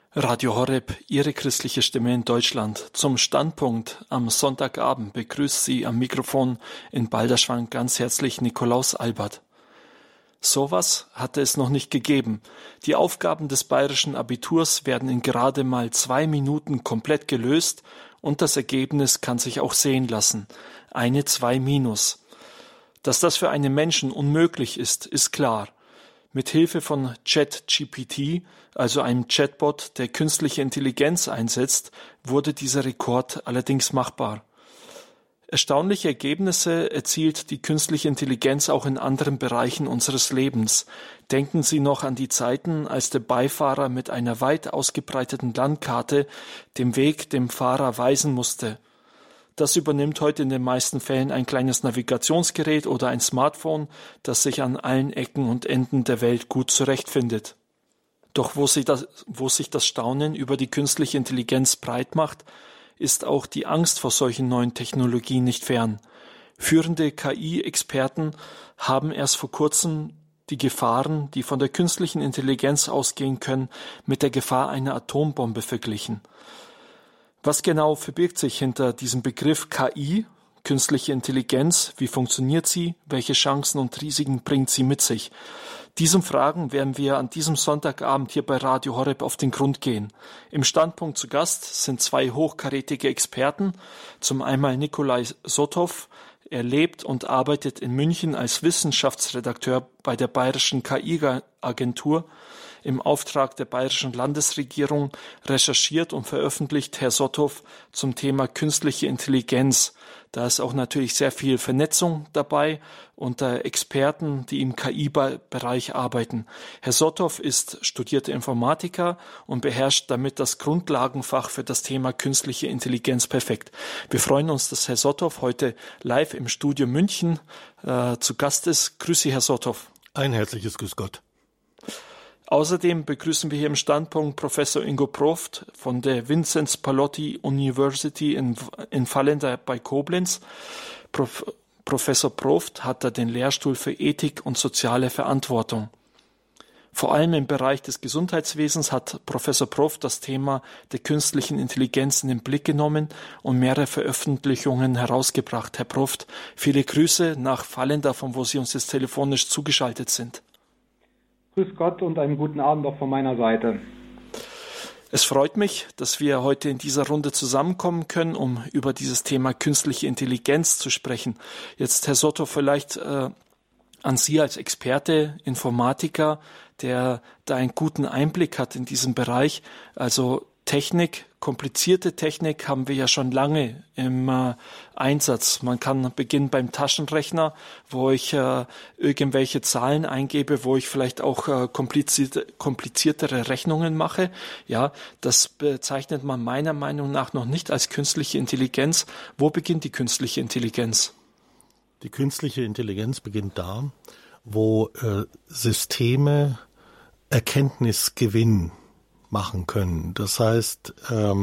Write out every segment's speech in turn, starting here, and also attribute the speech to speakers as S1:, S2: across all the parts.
S1: Radio Horeb, Ihre christliche Stimme in Deutschland. Zum Standpunkt am Sonntagabend begrüßt Sie am Mikrofon in Balderschwang ganz herzlich Nikolaus Albert. Sowas hatte es noch nicht gegeben. Die Aufgaben des bayerischen Abiturs werden in gerade mal 2 Minuten komplett gelöst und das Ergebnis kann sich auch sehen lassen. Eine 2-. Dass das für einen Menschen unmöglich ist, ist klar. Mit Hilfe von ChatGPT, also einem Chatbot, der künstliche Intelligenz einsetzt, wurde dieser Rekord allerdings machbar. Erstaunliche Ergebnisse erzielt die künstliche Intelligenz auch in anderen Bereichen unseres Lebens. Denken Sie noch an die Zeiten, als der Beifahrer mit einer weit ausgebreiteten Landkarte den Weg dem Fahrer weisen musste. Das übernimmt heute in den meisten Fällen ein kleines Navigationsgerät oder ein Smartphone, das sich an allen Ecken und Enden der Welt gut zurechtfindet. Doch wo sich das Staunen über die künstliche Intelligenz breit macht, ist auch die Angst vor solchen neuen Technologien nicht fern. Führende KI-Experten haben erst vor kurzem die Gefahren, die von der künstlichen Intelligenz ausgehen können, mit der Gefahr einer Atombombe verglichen. Was genau verbirgt sich hinter diesem Begriff KI, künstliche Intelligenz? Wie funktioniert sie? Welche Chancen und Risiken bringt sie mit sich? Diesen Fragen werden wir an diesem Sonntagabend hier bei Radio Horeb auf den Grund gehen. Im Standpunkt zu Gast sind 2 hochkarätige Experten. Zum einen Nikolai Sotow. Er lebt und arbeitet in München als Wissenschaftsredakteur bei der Bayerischen KI-Agentur. Im Auftrag der Bayerischen Landesregierung recherchiert und veröffentlicht Herr Sotow zum Thema künstliche Intelligenz. Da ist auch natürlich sehr viel Vernetzung dabei unter Experten, die im KI-Bereich arbeiten. Herr Sotow ist studierter Informatiker und beherrscht damit das Grundlagenfach für das Thema künstliche Intelligenz perfekt. Wir freuen uns, dass Herr Sotow heute live im Studio München zu Gast ist. Grüß Sie, Herr Sotow.
S2: Ein herzliches Grüß Gott.
S1: Außerdem begrüßen wir hier im Standpunkt Professor Ingo Proft von der Vinzenz Pallotti University in Vallendar bei Koblenz. Professor Proft hat da den Lehrstuhl für Ethik und soziale Verantwortung. Vor allem im Bereich des Gesundheitswesens hat Professor Proft das Thema der künstlichen Intelligenz in den Blick genommen und mehrere Veröffentlichungen herausgebracht. Herr Proft, viele Grüße nach Vallendar, von wo Sie uns jetzt telefonisch zugeschaltet sind.
S3: Grüß Gott und einen guten Abend auch von meiner Seite.
S1: Es freut mich, dass wir heute in dieser Runde zusammenkommen können, um über dieses Thema künstliche Intelligenz zu sprechen. Jetzt, Herr Sotow, vielleicht an Sie als Experte, Informatiker, der da einen guten Einblick hat in diesem Bereich. Also Technik, komplizierte Technik haben wir ja schon lange im Einsatz. Man kann beginnen beim Taschenrechner, wo ich irgendwelche Zahlen eingebe, wo ich vielleicht auch kompliziertere Rechnungen mache. Ja, das bezeichnet man meiner Meinung nach noch nicht als künstliche Intelligenz. Wo beginnt die künstliche Intelligenz?
S2: Die künstliche Intelligenz beginnt da, wo Systeme Erkenntnisgewinn machen können. Das heißt,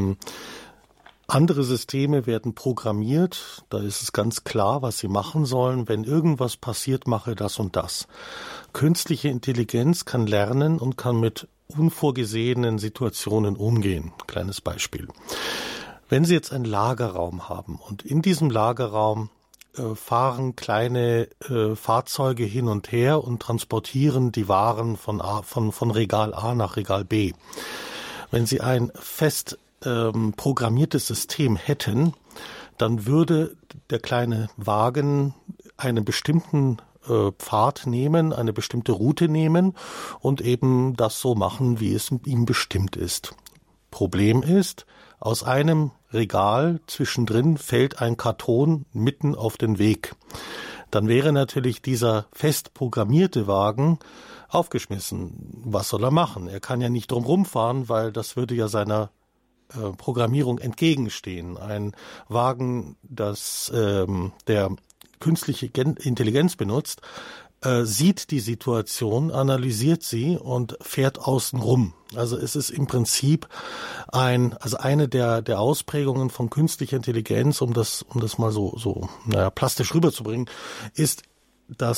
S2: andere Systeme werden programmiert, da ist es ganz klar, was sie machen sollen. Wenn irgendwas passiert, mache das und das. Künstliche Intelligenz kann lernen und kann mit unvorgesehenen Situationen umgehen. Kleines Beispiel. Wenn Sie jetzt einen Lagerraum haben und in diesem Lagerraum fahren kleine Fahrzeuge hin und her und transportieren die Waren von Regal A nach Regal B. Wenn Sie ein fest programmiertes System hätten, dann würde der kleine Wagen einen bestimmten Pfad nehmen, eine bestimmte Route nehmen und eben das so machen, wie es ihm bestimmt ist. Problem ist, aus einem Regal zwischendrin fällt ein Karton mitten auf den Weg. Dann wäre natürlich dieser fest programmierte Wagen aufgeschmissen. Was soll er machen? Er kann ja nicht drum rumfahren, weil das würde ja seiner Programmierung entgegenstehen. Ein Wagen, das der künstliche Intelligenz benutzt, sieht die Situation, analysiert sie und fährt außen rum. Also es ist im Prinzip eine der Ausprägungen von künstlicher Intelligenz, um das mal so plastisch rüberzubringen, ist, dass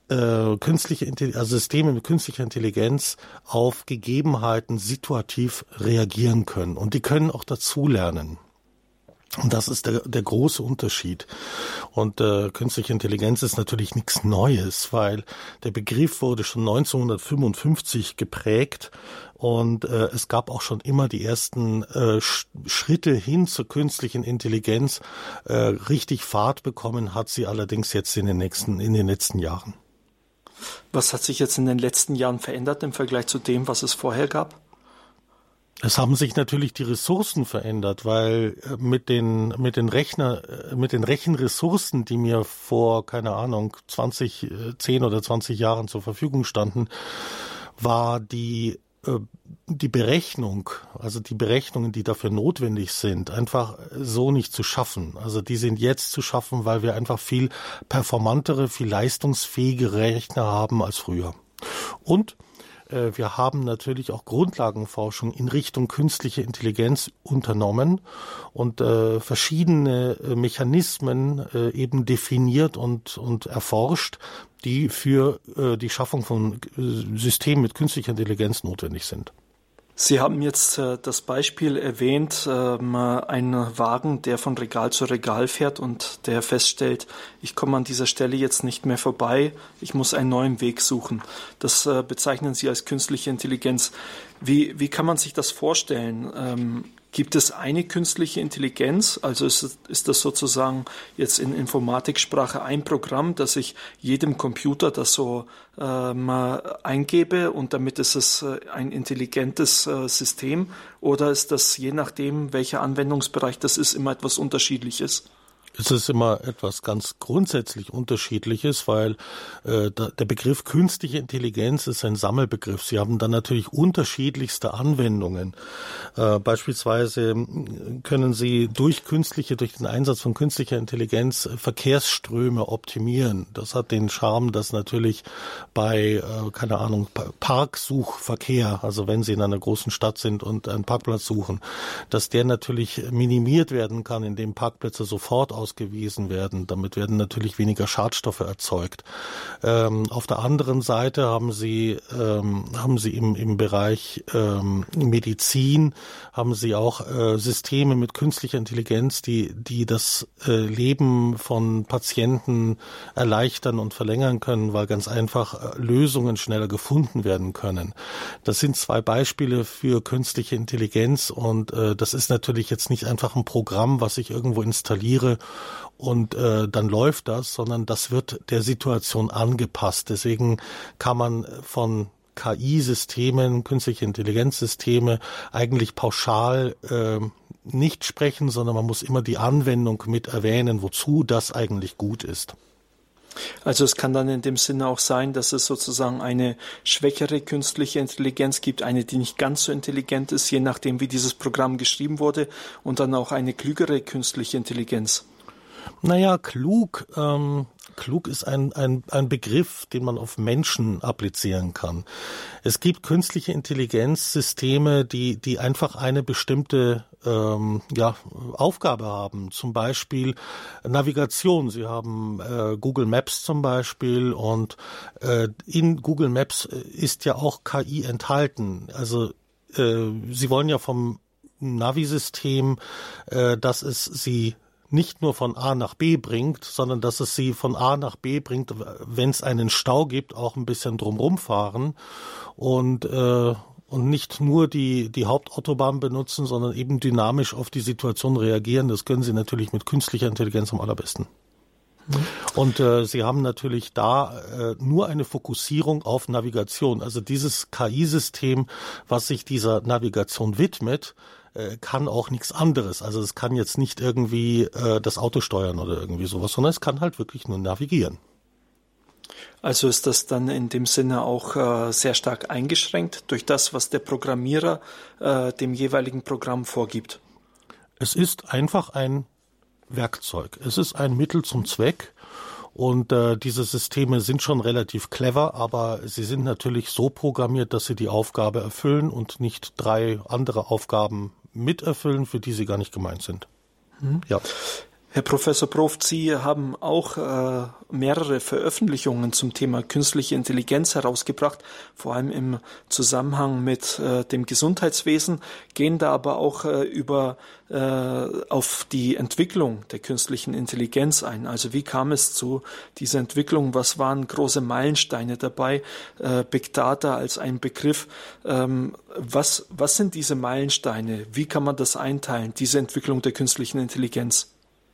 S2: Systeme mit künstlicher Intelligenz auf Gegebenheiten situativ reagieren können. Und die können auch dazulernen. Und das ist der große Unterschied. Und künstliche Intelligenz ist natürlich nichts Neues, weil der Begriff wurde schon 1955 geprägt und es gab auch schon immer die ersten Schritte hin zur künstlichen Intelligenz. Richtig Fahrt bekommen hat sie allerdings jetzt in den letzten Jahren.
S1: Was hat sich jetzt in den letzten Jahren verändert im Vergleich zu dem, was es vorher gab?
S2: Es haben sich natürlich die Ressourcen verändert, weil mit den Rechenressourcen, die mir vor, 10 oder 20 Jahren zur Verfügung standen, war die Berechnung, also die Berechnungen, die dafür notwendig sind, einfach so nicht zu schaffen. Also die sind jetzt zu schaffen, weil wir einfach viel performantere, viel leistungsfähigere Rechner haben als früher. Und wir haben natürlich auch Grundlagenforschung in Richtung künstliche Intelligenz unternommen und verschiedene Mechanismen eben definiert und erforscht, die für die Schaffung von Systemen mit künstlicher Intelligenz notwendig sind.
S1: Sie haben jetzt das Beispiel erwähnt, ein Wagen, der von Regal zu Regal fährt und der feststellt, ich komme an dieser Stelle jetzt nicht mehr vorbei, ich muss einen neuen Weg suchen. Das bezeichnen Sie als künstliche Intelligenz. Wie kann man sich das vorstellen? Gibt es eine künstliche Intelligenz? Also ist das sozusagen jetzt in Informatiksprache ein Programm, das ich jedem Computer das so eingebe und damit ist es ein intelligentes System? Oder ist das, je nachdem, welcher Anwendungsbereich das ist, immer etwas Unterschiedliches?
S2: Es ist immer etwas ganz grundsätzlich Unterschiedliches, weil der Begriff künstliche Intelligenz ist ein Sammelbegriff. Sie haben dann natürlich unterschiedlichste Anwendungen. Beispielsweise können Sie durch den Einsatz von künstlicher Intelligenz Verkehrsströme optimieren. Das hat den Charme, dass natürlich bei, Parksuchverkehr, also wenn Sie in einer großen Stadt sind und einen Parkplatz suchen, dass der natürlich minimiert werden kann, indem Parkplätze sofort ausgewiesen werden. Damit werden natürlich weniger Schadstoffe erzeugt. Auf der anderen Seite haben Sie im Bereich Medizin haben Sie auch Systeme mit künstlicher Intelligenz, die das Leben von Patienten erleichtern und verlängern können, weil ganz einfach Lösungen schneller gefunden werden können. Das sind zwei Beispiele für künstliche Intelligenz und das ist natürlich jetzt nicht einfach ein Programm, was ich irgendwo installiere und dann läuft das, sondern das wird der Situation angepasst. Deswegen kann man von KI-Systemen, künstliche Intelligenzsysteme eigentlich pauschal nicht sprechen, sondern man muss immer die Anwendung mit erwähnen, wozu das eigentlich gut ist.
S1: Also es kann dann in dem Sinne auch sein, dass es sozusagen eine schwächere künstliche Intelligenz gibt, eine, die nicht ganz so intelligent ist, je nachdem, wie dieses Programm geschrieben wurde, und dann auch eine klügere künstliche Intelligenz.
S2: Naja, klug ist ein Begriff, den man auf Menschen applizieren kann. Es gibt künstliche Intelligenzsysteme, die einfach eine bestimmte Aufgabe haben. Zum Beispiel Navigation. Sie haben Google Maps zum Beispiel und in Google Maps ist ja auch KI enthalten. Also Sie wollen ja vom Navi-System, dass es Sie nicht nur von A nach B bringt, sondern dass es Sie von A nach B bringt, wenn es einen Stau gibt, auch ein bisschen drumherum fahren und nicht nur die Hauptautobahn benutzen, sondern eben dynamisch auf die Situation reagieren. Das können Sie natürlich mit künstlicher Intelligenz am allerbesten. Und Sie haben natürlich da nur eine Fokussierung auf Navigation. Also dieses KI-System, was sich dieser Navigation widmet, kann auch nichts anderes. Also es kann jetzt nicht irgendwie das Auto steuern oder irgendwie sowas, sondern es kann halt wirklich nur navigieren.
S1: Also ist das dann in dem Sinne auch sehr stark eingeschränkt durch das, was der Programmierer dem jeweiligen Programm vorgibt?
S2: Es ist einfach ein Werkzeug. Es ist ein Mittel zum Zweck. Und diese Systeme sind schon relativ clever, aber sie sind natürlich so programmiert, dass sie die Aufgabe erfüllen und nicht 3 andere Aufgaben miterfüllen, für die sie gar nicht gemeint sind.
S1: Mhm.
S2: Ja.
S1: Herr Professor Probst, Sie haben auch mehrere Veröffentlichungen zum Thema künstliche Intelligenz herausgebracht, vor allem im Zusammenhang mit dem Gesundheitswesen, gehen da aber auch auf die Entwicklung der künstlichen Intelligenz ein. Also wie kam es zu dieser Entwicklung? Was waren große Meilensteine dabei? Big Data als ein Begriff. Was sind diese Meilensteine? Wie kann man das einteilen, diese Entwicklung der künstlichen Intelligenz?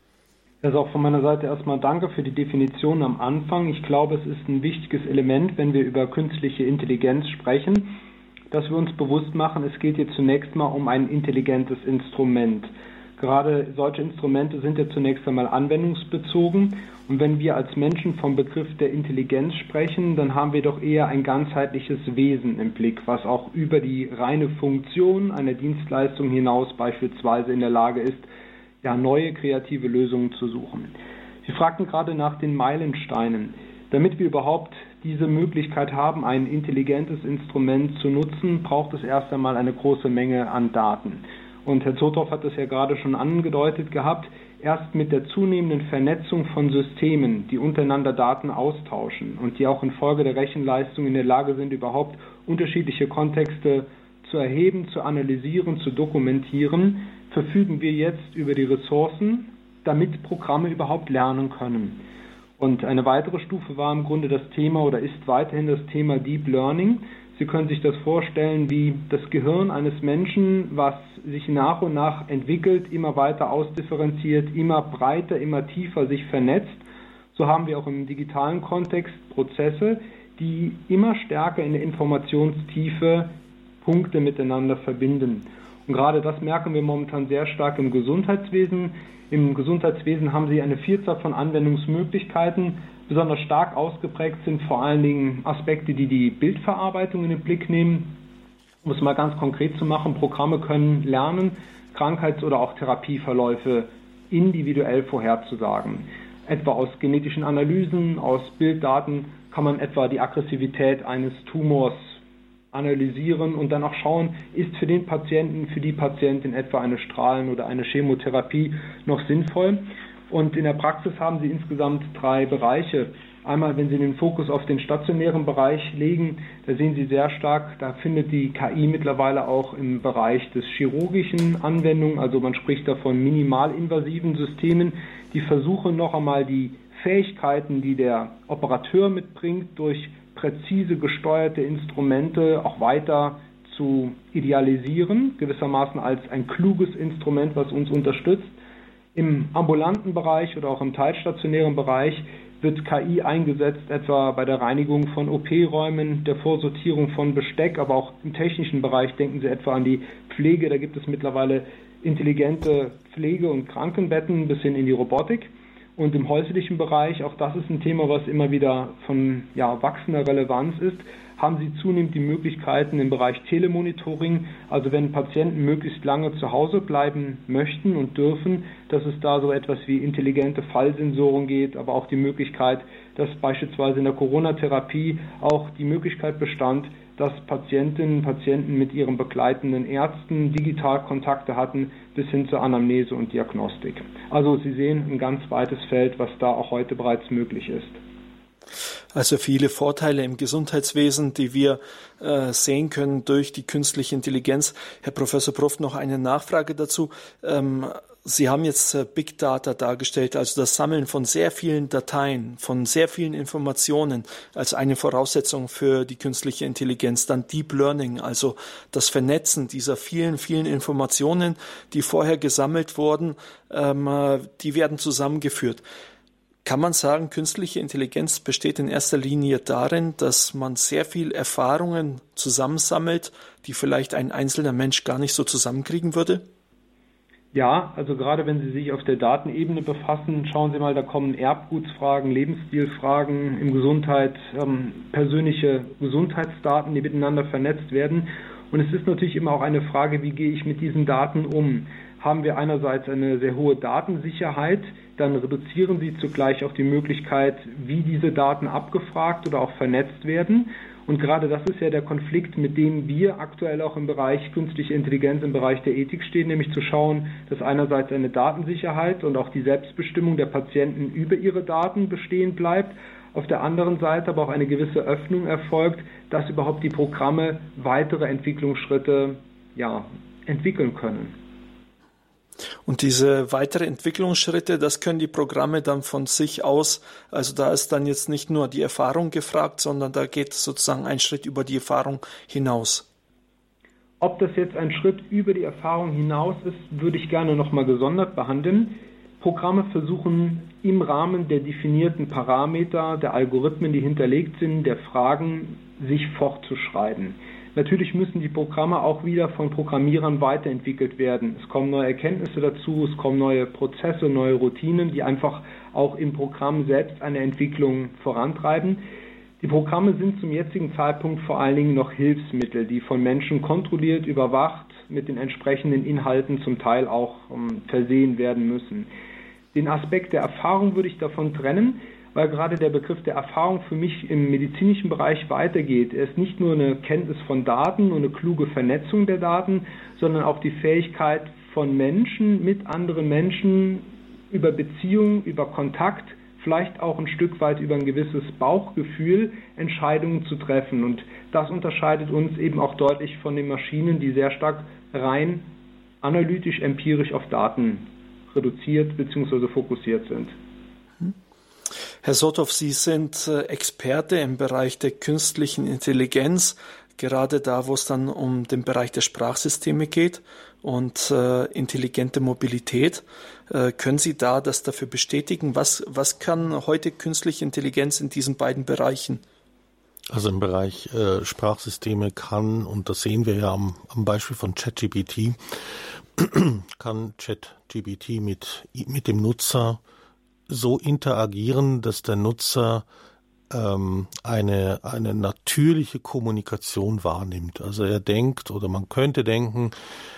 S3: Also auch von meiner Seite erstmal danke für die Definition am Anfang. Ich glaube, es ist ein wichtiges Element, wenn wir über künstliche Intelligenz sprechen, dass wir uns bewusst machen, es geht hier zunächst mal um ein intelligentes Instrument. Gerade solche Instrumente sind ja zunächst einmal anwendungsbezogen. Und wenn wir als Menschen vom Begriff der Intelligenz sprechen, dann haben wir doch eher ein ganzheitliches Wesen im Blick, was auch über die reine Funktion einer Dienstleistung hinaus beispielsweise in der Lage ist, neue kreative Lösungen zu suchen. Sie fragten gerade nach den Meilensteinen. Damit wir überhaupt diese Möglichkeit haben, ein intelligentes Instrument zu nutzen, braucht es erst einmal eine große Menge an Daten. Und Herr Zotow hat es ja gerade schon angedeutet gehabt, erst mit der zunehmenden Vernetzung von Systemen, die untereinander Daten austauschen und die auch infolge der Rechenleistung in der Lage sind, überhaupt unterschiedliche Kontexte zu erheben, zu analysieren, zu dokumentieren, verfügen wir jetzt über die Ressourcen, damit Programme überhaupt lernen können. Und eine weitere Stufe war im Grunde das Thema oder ist weiterhin das Thema Deep Learning. Sie können sich das vorstellen wie das Gehirn eines Menschen, was sich nach und nach entwickelt, immer weiter ausdifferenziert, immer breiter, immer tiefer sich vernetzt. So haben wir auch im digitalen Kontext Prozesse, die immer stärker in der Informationstiefe Punkte miteinander verbinden. Und gerade das merken wir momentan sehr stark im Gesundheitswesen. Im Gesundheitswesen haben Sie eine Vielzahl von Anwendungsmöglichkeiten. Besonders stark ausgeprägt sind vor allen Dingen Aspekte, die die Bildverarbeitung in den Blick nehmen. Um es mal ganz konkret zu machen, Programme können lernen, Krankheits- oder auch Therapieverläufe individuell vorherzusagen. Etwa aus genetischen Analysen, aus Bilddaten kann man etwa die Aggressivität eines Tumors analysieren und dann auch schauen, ist für den Patienten, für die Patientin etwa eine Strahlen- oder eine Chemotherapie noch sinnvoll. Und in der Praxis haben Sie insgesamt 3 Bereiche. Einmal, wenn Sie den Fokus auf den stationären Bereich legen, da sehen Sie sehr stark, da findet die KI mittlerweile auch im Bereich des chirurgischen Anwendungen, also man spricht da von minimalinvasiven Systemen, die versuchen noch einmal die Fähigkeiten, die der Operateur mitbringt, durch präzise gesteuerte Instrumente auch weiter zu idealisieren, gewissermaßen als ein kluges Instrument, was uns unterstützt. Im ambulanten Bereich oder auch im teilstationären Bereich wird KI eingesetzt, etwa bei der Reinigung von OP-Räumen, der Vorsortierung von Besteck, aber auch im technischen Bereich denken Sie etwa an die Pflege, da gibt es mittlerweile intelligente Pflege- und Krankenbetten bis hin in die Robotik. Und im häuslichen Bereich, auch das ist ein Thema, was immer wieder von wachsender Relevanz ist, haben Sie zunehmend die Möglichkeiten im Bereich Telemonitoring, also wenn Patienten möglichst lange zu Hause bleiben möchten und dürfen, dass es da so etwas wie intelligente Fallsensoren geht, aber auch die Möglichkeit, dass beispielsweise in der Corona-Therapie auch die Möglichkeit bestand, dass Patientinnen und Patienten mit ihren begleitenden Ärzten digital Kontakte hatten, bis hin zur Anamnese und Diagnostik. Also Sie sehen ein ganz weites Feld, was da auch heute bereits möglich ist.
S1: Also viele Vorteile im Gesundheitswesen, die wir sehen können durch die künstliche Intelligenz. Herr Professor Probst, noch eine Nachfrage dazu. Sie haben jetzt Big Data dargestellt, also das Sammeln von sehr vielen Dateien, von sehr vielen Informationen als eine Voraussetzung für die künstliche Intelligenz. Dann Deep Learning, also das Vernetzen dieser vielen, vielen Informationen, die vorher gesammelt wurden, die werden zusammengeführt. Kann man sagen, künstliche Intelligenz besteht in erster Linie darin, dass man sehr viel Erfahrungen zusammensammelt, die vielleicht ein einzelner Mensch gar nicht so zusammenkriegen würde?
S3: Ja, also gerade wenn Sie sich auf der Datenebene befassen, schauen Sie mal, da kommen Erbgutsfragen, Lebensstilfragen im Gesundheit, persönliche Gesundheitsdaten, die miteinander vernetzt werden. Und es ist natürlich immer auch eine Frage, wie gehe ich mit diesen Daten um? Haben wir einerseits eine sehr hohe Datensicherheit, dann reduzieren Sie zugleich auch die Möglichkeit, wie diese Daten abgefragt oder auch vernetzt werden. Und gerade das ist ja der Konflikt, mit dem wir aktuell auch im Bereich künstliche Intelligenz, im Bereich der Ethik stehen, nämlich zu schauen, dass einerseits eine Datensicherheit und auch die Selbstbestimmung der Patienten über ihre Daten bestehen bleibt, auf der anderen Seite aber auch eine gewisse Öffnung erfolgt, dass überhaupt die Programme weitere Entwicklungsschritte entwickeln können.
S1: Und diese weitere Entwicklungsschritte, das können die Programme dann von sich aus, also da ist dann jetzt nicht nur die Erfahrung gefragt, sondern da geht sozusagen ein Schritt über die Erfahrung hinaus.
S3: Ob das jetzt ein Schritt über die Erfahrung hinaus ist, würde ich gerne nochmal gesondert behandeln. Programme versuchen im Rahmen der definierten Parameter, der Algorithmen, die hinterlegt sind, der Fragen, sich fortzuschreiben. Natürlich müssen die Programme auch wieder von Programmierern weiterentwickelt werden. Es kommen neue Erkenntnisse dazu, es kommen neue Prozesse, neue Routinen, die einfach auch im Programm selbst eine Entwicklung vorantreiben. Die Programme sind zum jetzigen Zeitpunkt vor allen Dingen noch Hilfsmittel, die von Menschen kontrolliert, überwacht, mit den entsprechenden Inhalten zum Teil auch versehen werden müssen. Den Aspekt der Erfahrung würde ich davon trennen, weil gerade der Begriff der Erfahrung für mich im medizinischen Bereich weitergeht. Er ist nicht nur eine Kenntnis von Daten und eine kluge Vernetzung der Daten, sondern auch die Fähigkeit von Menschen mit anderen Menschen über Beziehung, über Kontakt, vielleicht auch ein Stück weit über ein gewisses Bauchgefühl Entscheidungen zu treffen. Und das unterscheidet uns eben auch deutlich von den Maschinen, die sehr stark rein analytisch, empirisch auf Daten reduziert bzw. fokussiert sind.
S1: Herr Sotow, Sie sind Experte im Bereich der künstlichen Intelligenz, gerade da, wo es dann um den Bereich der Sprachsysteme geht und intelligente Mobilität. Können Sie da das dafür bestätigen? Was kann heute künstliche Intelligenz in diesen beiden Bereichen?
S2: Also im Bereich Sprachsysteme kann, und das sehen wir ja am Beispiel von ChatGPT, kann ChatGPT mit dem Nutzer so interagieren, dass der Nutzer eine natürliche Kommunikation wahrnimmt. Also er denkt, oder man könnte denken,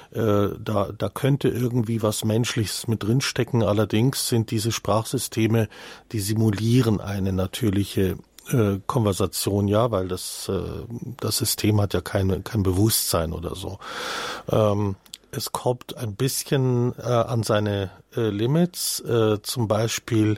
S2: da könnte irgendwie was Menschliches mit drinstecken. Allerdings sind diese Sprachsysteme, die simulieren eine natürliche Konversation, ja, weil das System hat ja kein Bewusstsein oder so. Es kommt ein bisschen an seine Limits, zum Beispiel,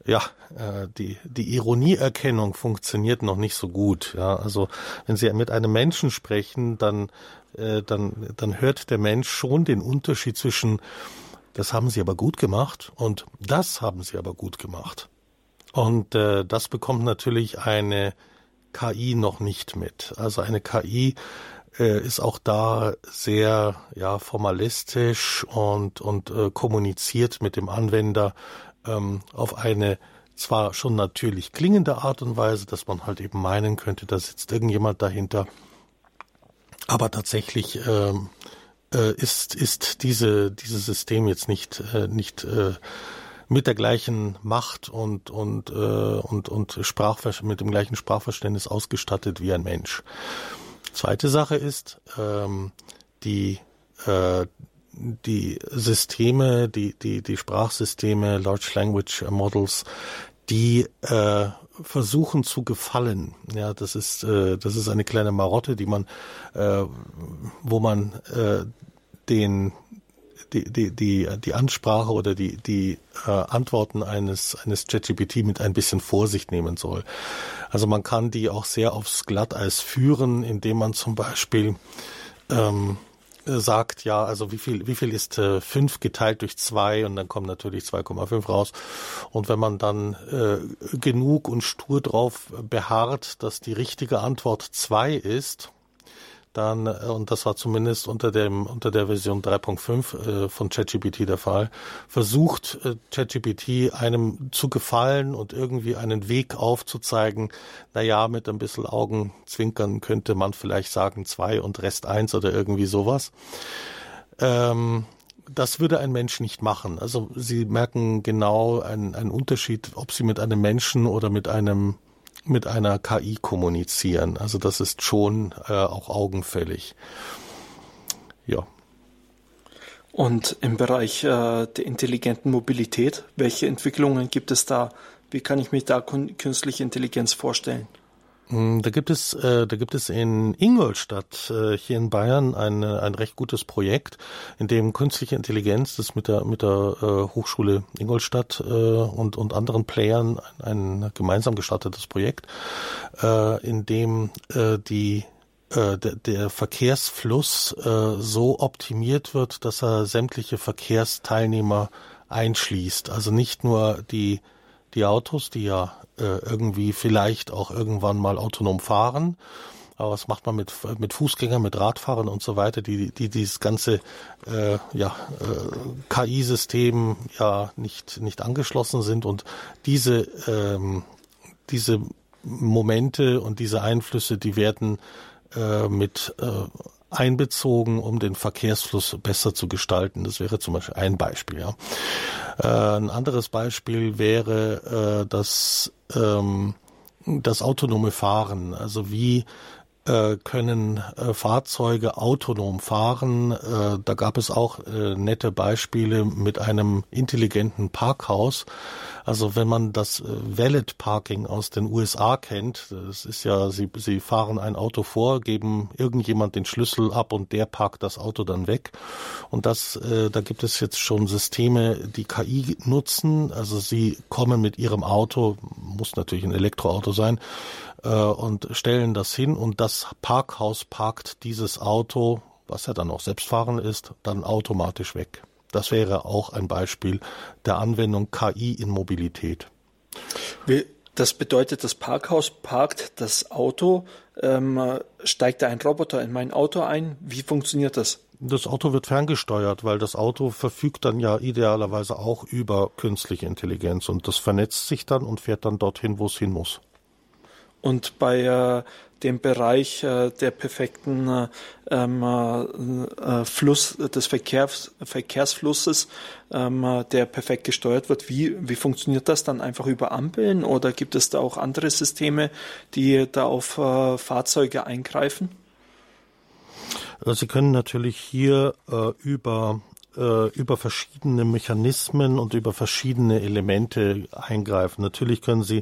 S2: die Ironieerkennung funktioniert noch nicht so gut. Ja, also wenn Sie mit einem Menschen sprechen, dann hört der Mensch schon den Unterschied zwischen das haben Sie aber gut gemacht und das haben Sie aber gut gemacht. Und das bekommt natürlich eine KI noch nicht mit. Also eine KI ist auch da sehr formalistisch und kommuniziert mit dem Anwender auf eine zwar schon natürlich klingende Art und Weise, dass man halt eben meinen könnte, da sitzt irgendjemand dahinter, aber tatsächlich ist dieses System jetzt nicht mit der gleichen Macht und mit dem gleichen Sprachverständnis ausgestattet wie ein Mensch. Zweite Sache ist, die Systeme, die Sprachsysteme, Large Language Models, die versuchen zu gefallen. Ja, das ist eine kleine Marotte, wo man die Ansprache oder die Antworten eines ChatGPT mit ein bisschen Vorsicht nehmen soll. Also man kann die auch sehr aufs Glatteis führen, indem man zum Beispiel sagt, ja, also wie viel ist 5 geteilt durch 2 und dann kommt natürlich 2,5 raus. Und wenn man dann genug und stur drauf beharrt, dass die richtige Antwort 2 ist, dann, und das war zumindest unter der Version 3.5 von ChatGPT der Fall, versucht ChatGPT einem zu gefallen und irgendwie einen Weg aufzuzeigen. Naja, mit ein bisschen Augenzwinkern könnte man vielleicht sagen 2 und Rest 1 oder irgendwie sowas. Das würde ein Mensch nicht machen. Also Sie merken genau einen Unterschied, ob Sie mit einem Menschen oder mit einer KI kommunizieren. Also das ist schon auch augenfällig. Ja.
S1: Und im Bereich der intelligenten Mobilität, welche Entwicklungen gibt es da? Wie kann ich mir da künstliche Intelligenz vorstellen?
S2: Da gibt es in Ingolstadt hier in Bayern ein recht gutes Projekt, in dem künstliche Intelligenz, das mit der Hochschule Ingolstadt und anderen Playern ein gemeinsam gestartetes Projekt, in dem der Verkehrsfluss so optimiert wird, dass er sämtliche Verkehrsteilnehmer einschließt. Also nicht nur die Autos, die ja irgendwie vielleicht auch irgendwann mal autonom fahren, aber was macht man mit Fußgängern, mit Radfahrern und so weiter, die dieses ganze KI-System ja nicht angeschlossen sind, und diese Momente und diese Einflüsse, die werden mit einbezogen, um den Verkehrsfluss besser zu gestalten. Das wäre zum Beispiel ein Beispiel. Ja. Ein anderes Beispiel wäre das autonome Fahren. Also wie können Fahrzeuge autonom fahren? Da gab es auch nette Beispiele mit einem intelligenten Parkhaus. Also wenn man das Valet Parking aus den USA kennt, das ist ja, sie fahren ein Auto vor, geben irgendjemand den Schlüssel ab und der parkt das Auto dann weg. Und da gibt es jetzt schon Systeme, die KI nutzen. Also sie kommen mit ihrem Auto, muss natürlich ein Elektroauto sein, und stellen das hin, und das Parkhaus parkt dieses Auto, was ja dann auch selbstfahrend ist, dann automatisch weg. Das wäre auch ein Beispiel der Anwendung KI in Mobilität.
S1: Das bedeutet, das Parkhaus parkt das Auto, steigt da ein Roboter in mein Auto ein? Wie funktioniert das?
S2: Das Auto wird ferngesteuert, weil das Auto verfügt dann ja idealerweise auch über künstliche Intelligenz, und das vernetzt sich dann und fährt dann dorthin, wo es hin muss. Und
S1: bei dem Bereich der perfekten Fluss des Verkehrsflusses, der perfekt gesteuert wird, wie funktioniert das dann? Einfach über Ampeln, oder gibt es da auch andere Systeme, die da auf Fahrzeuge eingreifen?
S2: Sie können natürlich hier über verschiedene Mechanismen und über verschiedene Elemente eingreifen. Natürlich können Sie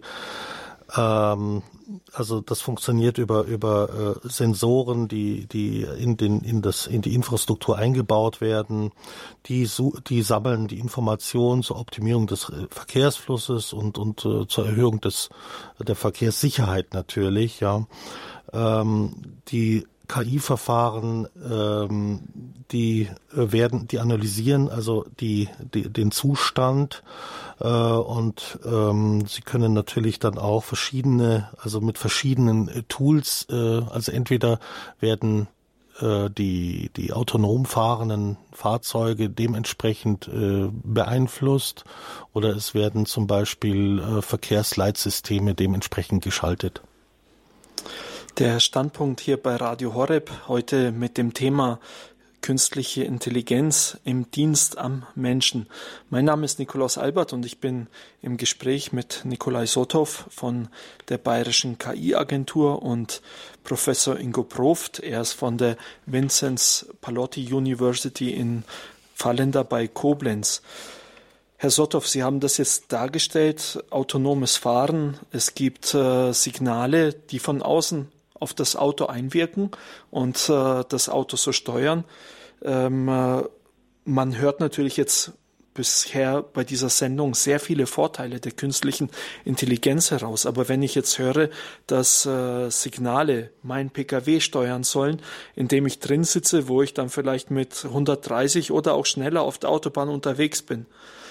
S2: also das funktioniert über Sensoren, die in die Infrastruktur eingebaut werden. Die sammeln die Informationen zur Optimierung des Verkehrsflusses und zur Erhöhung der Verkehrssicherheit natürlich. Ja, die KI-Verfahren, die analysieren also den Zustand, und sie können natürlich dann auch mit verschiedenen Tools, also entweder werden die autonom fahrenden Fahrzeuge dementsprechend beeinflusst, oder es werden zum Beispiel Verkehrsleitsysteme dementsprechend geschaltet.
S1: Der Standpunkt hier bei Radio Horeb heute mit dem Thema künstliche Intelligenz im Dienst am Menschen. Mein Name ist Nikolaus Albert und ich bin im Gespräch mit Nikolai Sotow von der Bayerischen KI-Agentur und Professor Ingo Proft. Er ist von der Vinzenz Pallotti University in Vallenda bei Koblenz. Herr Sotow, Sie haben das jetzt dargestellt, autonomes Fahren. Es gibt Signale, die von außen auf das Auto einwirken und das Auto so steuern. Man hört natürlich jetzt bisher bei dieser Sendung sehr viele Vorteile der künstlichen Intelligenz heraus. Aber wenn ich jetzt höre, dass Signale mein PKW steuern sollen, indem ich drin sitze, wo ich dann vielleicht mit 130 oder auch schneller auf der Autobahn unterwegs bin,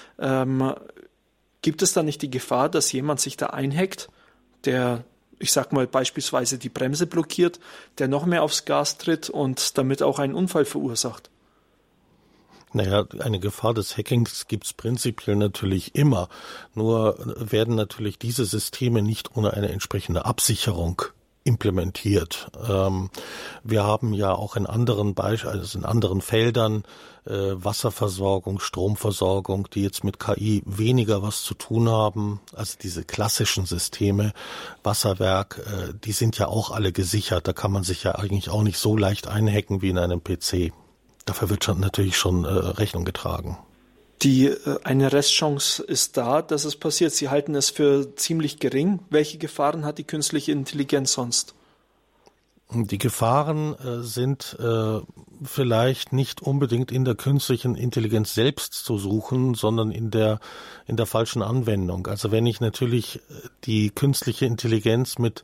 S1: gibt es da nicht die Gefahr, dass jemand sich da einhackt, der, ich sag mal, beispielsweise die Bremse blockiert, der noch mehr aufs Gas tritt und damit auch einen Unfall verursacht?
S2: Naja, eine Gefahr des Hackings gibt's prinzipiell natürlich immer. Nur werden natürlich diese Systeme nicht ohne eine entsprechende Absicherung implementiert. Wir haben ja auch in anderen Feldern Wasserversorgung, Stromversorgung, die jetzt mit KI weniger was zu tun haben. Also diese klassischen Systeme, Wasserwerk, die sind ja auch alle gesichert. Da kann man sich ja eigentlich auch nicht so leicht einhacken wie in einem PC. Dafür wird natürlich schon Rechnung getragen.
S1: Eine Restchance ist da, dass es passiert. Sie halten es für ziemlich gering. Welche Gefahren hat die künstliche Intelligenz sonst?
S2: Die Gefahren sind vielleicht nicht unbedingt in der künstlichen Intelligenz selbst zu suchen, sondern in der falschen Anwendung. Also wenn ich natürlich die künstliche Intelligenz mit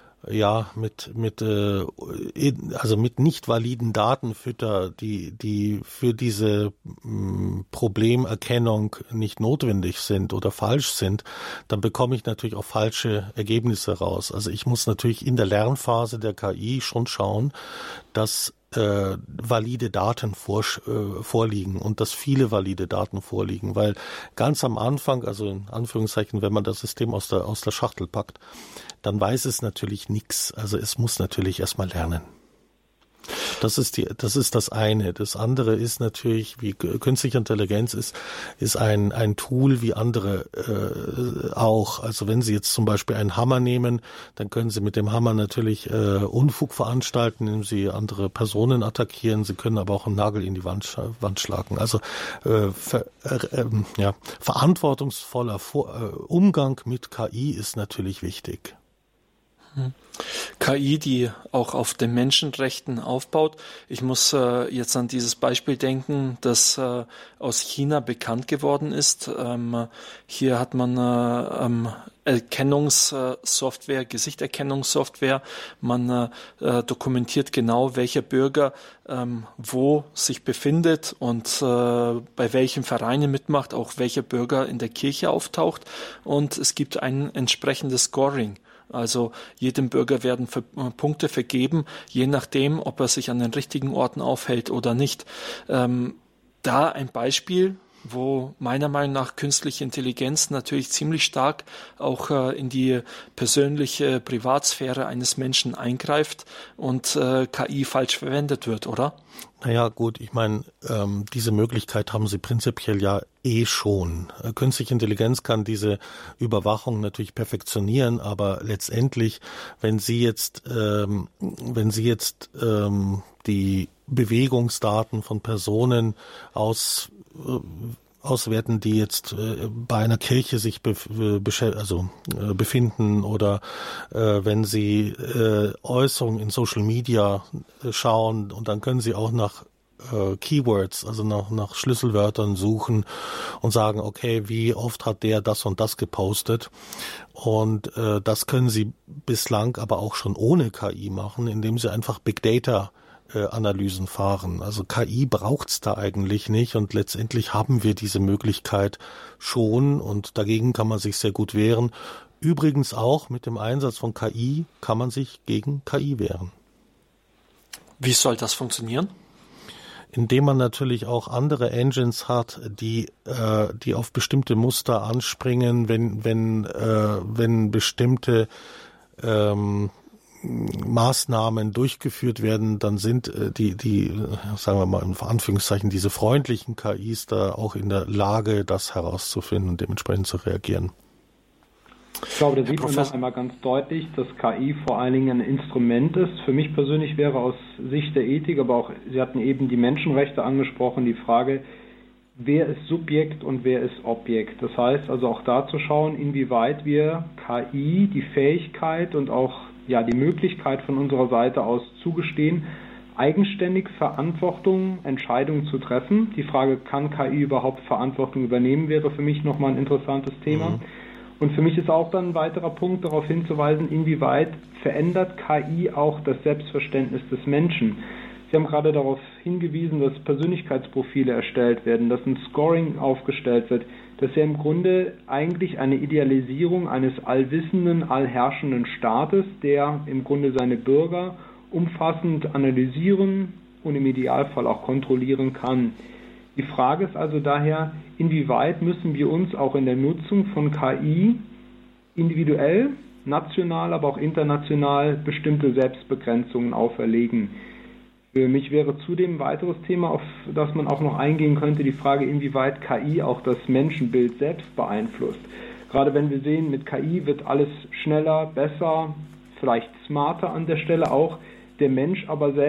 S2: nicht validen Daten fütter, die für diese Problemerkennung nicht notwendig sind oder falsch sind, dann bekomme ich natürlich auch falsche Ergebnisse raus. Also ich muss natürlich in der Lernphase der KI schon schauen, dass valide Daten vorliegen und dass viele valide Daten vorliegen, weil ganz am Anfang, also in Anführungszeichen, wenn man das System aus der Schachtel packt, dann weiß es natürlich nichts. Also es muss natürlich erstmal lernen. Das ist das eine. Das andere ist natürlich, wie künstliche Intelligenz ist ein Tool wie andere auch. Also wenn Sie jetzt zum Beispiel einen Hammer nehmen, dann können Sie mit dem Hammer natürlich Unfug veranstalten, indem Sie andere Personen attackieren. Sie können aber auch einen Nagel in die Wand schlagen. Also verantwortungsvoller Umgang mit KI ist natürlich wichtig.
S1: KI, die auch auf den Menschenrechten aufbaut. Ich muss jetzt an dieses Beispiel denken, das aus China bekannt geworden ist. Hier hat man Erkennungssoftware, Gesichterkennungssoftware. Man dokumentiert genau, welcher Bürger wo sich befindet und bei welchen Vereinen mitmacht, auch welcher Bürger in der Kirche auftaucht. Und es gibt ein entsprechendes Scoring. Also jedem Bürger werden Punkte vergeben, je nachdem, ob er sich an den richtigen Orten aufhält oder nicht. Da ein Beispiel, wo meiner Meinung nach künstliche Intelligenz natürlich ziemlich stark auch in die persönliche Privatsphäre eines Menschen eingreift und KI falsch verwendet wird, oder?
S2: Naja, gut, ich meine, diese Möglichkeit haben Sie prinzipiell ja schon. Künstliche Intelligenz kann diese Überwachung natürlich perfektionieren, aber letztendlich, wenn Sie jetzt die Bewegungsdaten von Personen auswerten, die jetzt bei einer Kirche sich befinden oder wenn Sie Äußerungen in Social Media schauen und dann können Sie auch nach Keywords, also nach Schlüsselwörtern suchen und sagen, okay, wie oft hat der das und das gepostet? Und das können Sie bislang aber auch schon ohne KI machen, indem Sie einfach Big Data Analysen fahren. Also KI braucht's da eigentlich nicht und letztendlich haben wir diese Möglichkeit schon und dagegen kann man sich sehr gut wehren. Übrigens auch mit dem Einsatz von KI kann man sich gegen KI wehren.
S1: Wie soll das funktionieren?
S2: Indem man natürlich auch andere Engines hat, die auf bestimmte Muster anspringen, wenn bestimmte Maßnahmen durchgeführt werden, dann sind die sagen wir mal in Anführungszeichen, diese freundlichen KIs da auch in der Lage, das herauszufinden und dementsprechend zu reagieren.
S3: Ich glaube, da sieht man noch einmal ganz deutlich, dass KI vor allen Dingen ein Instrument ist. Für mich persönlich wäre aus Sicht der Ethik, aber auch, Sie hatten eben die Menschenrechte angesprochen, die Frage, wer ist Subjekt und wer ist Objekt? Das heißt also auch da zu schauen, inwieweit wir KI die Fähigkeit und auch die Möglichkeit von unserer Seite aus zugestehen, eigenständig Verantwortung, Entscheidungen zu treffen. Die Frage, kann KI überhaupt Verantwortung übernehmen, wäre für mich nochmal ein interessantes Thema. Und für mich ist auch dann ein weiterer Punkt darauf hinzuweisen, inwieweit verändert KI auch das Selbstverständnis des Menschen. Sie haben gerade darauf hingewiesen, dass Persönlichkeitsprofile erstellt werden, dass ein Scoring aufgestellt wird. Das ist ja im Grunde eigentlich eine Idealisierung eines allwissenden, allherrschenden Staates, der im Grunde seine Bürger umfassend analysieren und im Idealfall auch kontrollieren kann. Die Frage ist also daher, inwieweit müssen wir uns auch in der Nutzung von KI individuell, national, aber auch international bestimmte Selbstbegrenzungen auferlegen. Für mich wäre zudem ein weiteres Thema, auf das man auch noch eingehen könnte, die Frage, inwieweit KI auch das Menschenbild selbst beeinflusst. Gerade wenn wir sehen, mit KI wird alles schneller, besser, vielleicht smarter an der Stelle auch, der Mensch aber selbst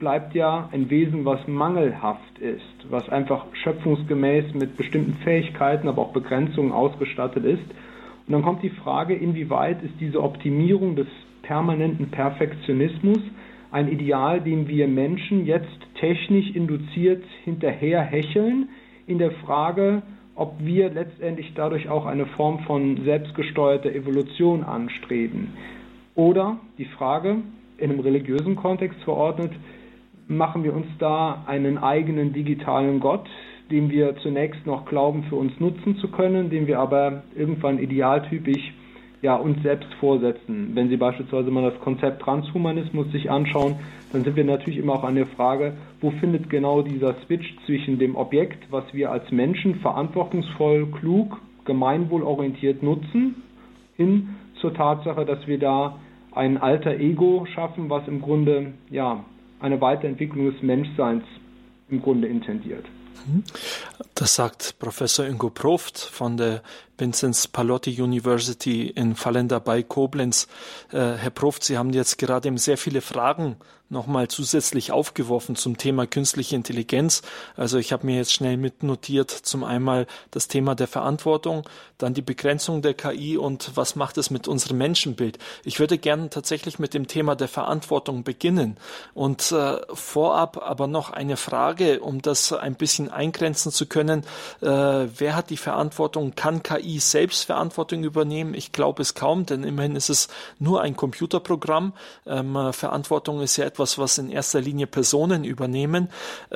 S3: bleibt ja ein Wesen, was mangelhaft ist, was einfach schöpfungsgemäß mit bestimmten Fähigkeiten, aber auch Begrenzungen ausgestattet ist. Und dann kommt die Frage, inwieweit ist diese Optimierung des permanenten Perfektionismus ein Ideal, dem wir Menschen jetzt technisch induziert hinterherhecheln, in der Frage, ob wir letztendlich dadurch auch eine Form von selbstgesteuerter Evolution anstreben. Oder die Frage, in einem religiösen Kontext verordnet, machen wir uns da einen eigenen digitalen Gott, den wir zunächst noch glauben, für uns nutzen zu können, den wir aber irgendwann idealtypisch uns selbst vorsetzen. Wenn Sie beispielsweise mal das Konzept Transhumanismus sich anschauen, dann sind wir natürlich immer auch an der Frage, wo findet genau dieser Switch zwischen dem Objekt, was wir als Menschen verantwortungsvoll, klug, gemeinwohlorientiert nutzen, hin zur Tatsache, dass wir da ein alter Ego schaffen, was im Grunde eine Weiterentwicklung des Menschseins im Grunde intendiert.
S1: Das sagt Professor Ingo Proft von der Vinzenz Pallotti University in Vallenda bei Koblenz. Herr Proft, Sie haben jetzt gerade eben sehr viele Fragen nochmal zusätzlich aufgeworfen zum Thema künstliche Intelligenz. Also ich habe mir jetzt schnell mitnotiert, zum einmal das Thema der Verantwortung, dann die Begrenzung der KI und was macht es mit unserem Menschenbild. Ich würde gerne tatsächlich mit dem Thema der Verantwortung beginnen und vorab aber noch eine Frage, um das ein bisschen eingrenzen zu können. Wer hat die Verantwortung? Kann KI selbst Verantwortung übernehmen? Ich glaube es kaum, denn immerhin ist es nur ein Computerprogramm. Verantwortung ist ja etwas, was in erster Linie Personen übernehmen.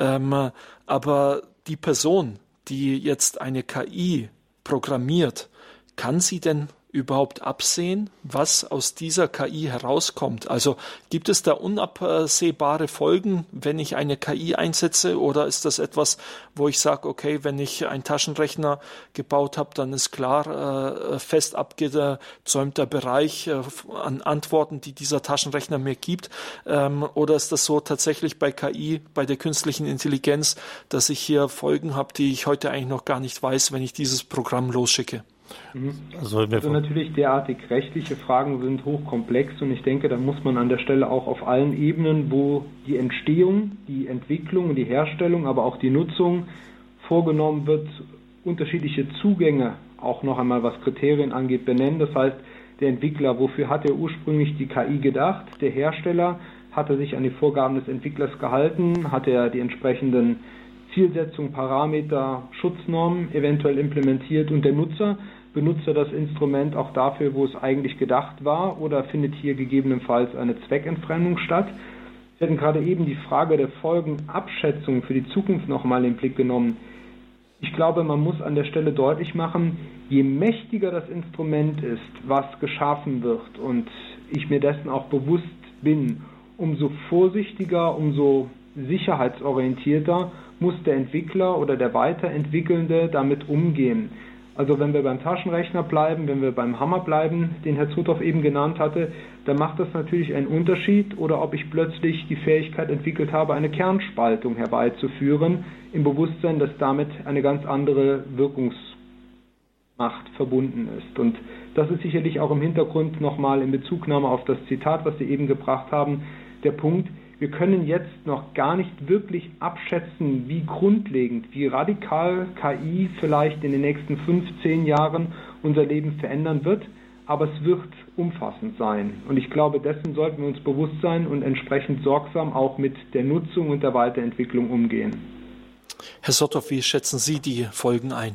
S1: Aber die Person, die jetzt eine KI programmiert, kann sie denn überhaupt absehen, was aus dieser KI herauskommt? Also gibt es da unabsehbare Folgen, wenn ich eine KI einsetze, oder ist das etwas, wo ich sage, okay, wenn ich einen Taschenrechner gebaut habe, dann ist klar fest abgezäumter Bereich an Antworten, die dieser Taschenrechner mir gibt, oder ist das so tatsächlich bei KI, bei der künstlichen Intelligenz, dass ich hier Folgen habe, die ich heute eigentlich noch gar nicht weiß, wenn ich dieses Programm losschicke?
S3: Also natürlich derartig rechtliche Fragen sind hochkomplex und ich denke, da muss man an der Stelle auch auf allen Ebenen, wo die Entstehung, die Entwicklung, die Herstellung, aber auch die Nutzung vorgenommen wird, unterschiedliche Zugänge auch noch einmal, was Kriterien angeht, benennen. Das heißt, der Entwickler, wofür hat er ursprünglich die KI gedacht? Der Hersteller, hat er sich an die Vorgaben des Entwicklers gehalten? Hat er die entsprechenden Zielsetzungen, Parameter, Schutznormen eventuell implementiert? Und der Nutzer, benutzt er das Instrument auch dafür, wo es eigentlich gedacht war, oder findet hier gegebenenfalls eine Zweckentfremdung statt? Wir hatten gerade eben die Frage der Folgenabschätzung für die Zukunft nochmal in den Blick genommen. Ich glaube, man muss an der Stelle deutlich machen, je mächtiger das Instrument ist, was geschaffen wird, und ich mir dessen auch bewusst bin, umso vorsichtiger, umso sicherheitsorientierter muss der Entwickler oder der Weiterentwickelnde damit umgehen. Also wenn wir beim Taschenrechner bleiben, wenn wir beim Hammer bleiben, den Herr Zuthoff eben genannt hatte, dann macht das natürlich einen Unterschied, oder ob ich plötzlich die Fähigkeit entwickelt habe, eine Kernspaltung herbeizuführen, im Bewusstsein, dass damit eine ganz andere Wirkungsmacht verbunden ist. Und das ist sicherlich auch im Hintergrund nochmal in Bezugnahme auf das Zitat, was Sie eben gebracht haben, der Punkt: Wir können jetzt noch gar nicht wirklich abschätzen, wie grundlegend, wie radikal KI vielleicht in den nächsten 15 Jahren unser Leben verändern wird, aber es wird umfassend sein. Und ich glaube, dessen sollten wir uns bewusst sein und entsprechend sorgsam auch mit der Nutzung und der Weiterentwicklung umgehen.
S1: Herr Sotthoff, wie schätzen Sie die Folgen ein?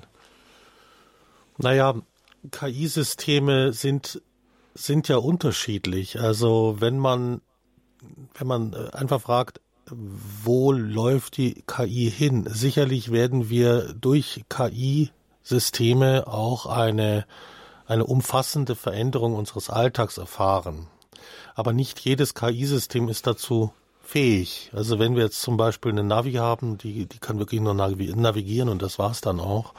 S2: Naja, KI-Systeme sind ja unterschiedlich. Also wenn man einfach fragt, wo läuft die KI hin? Sicherlich werden wir durch KI-Systeme auch eine umfassende Veränderung unseres Alltags erfahren. Aber nicht jedes KI-System ist dazu fähig. Also wenn wir jetzt zum Beispiel eine Navi haben, die kann wirklich nur navigieren, und das war's dann auch.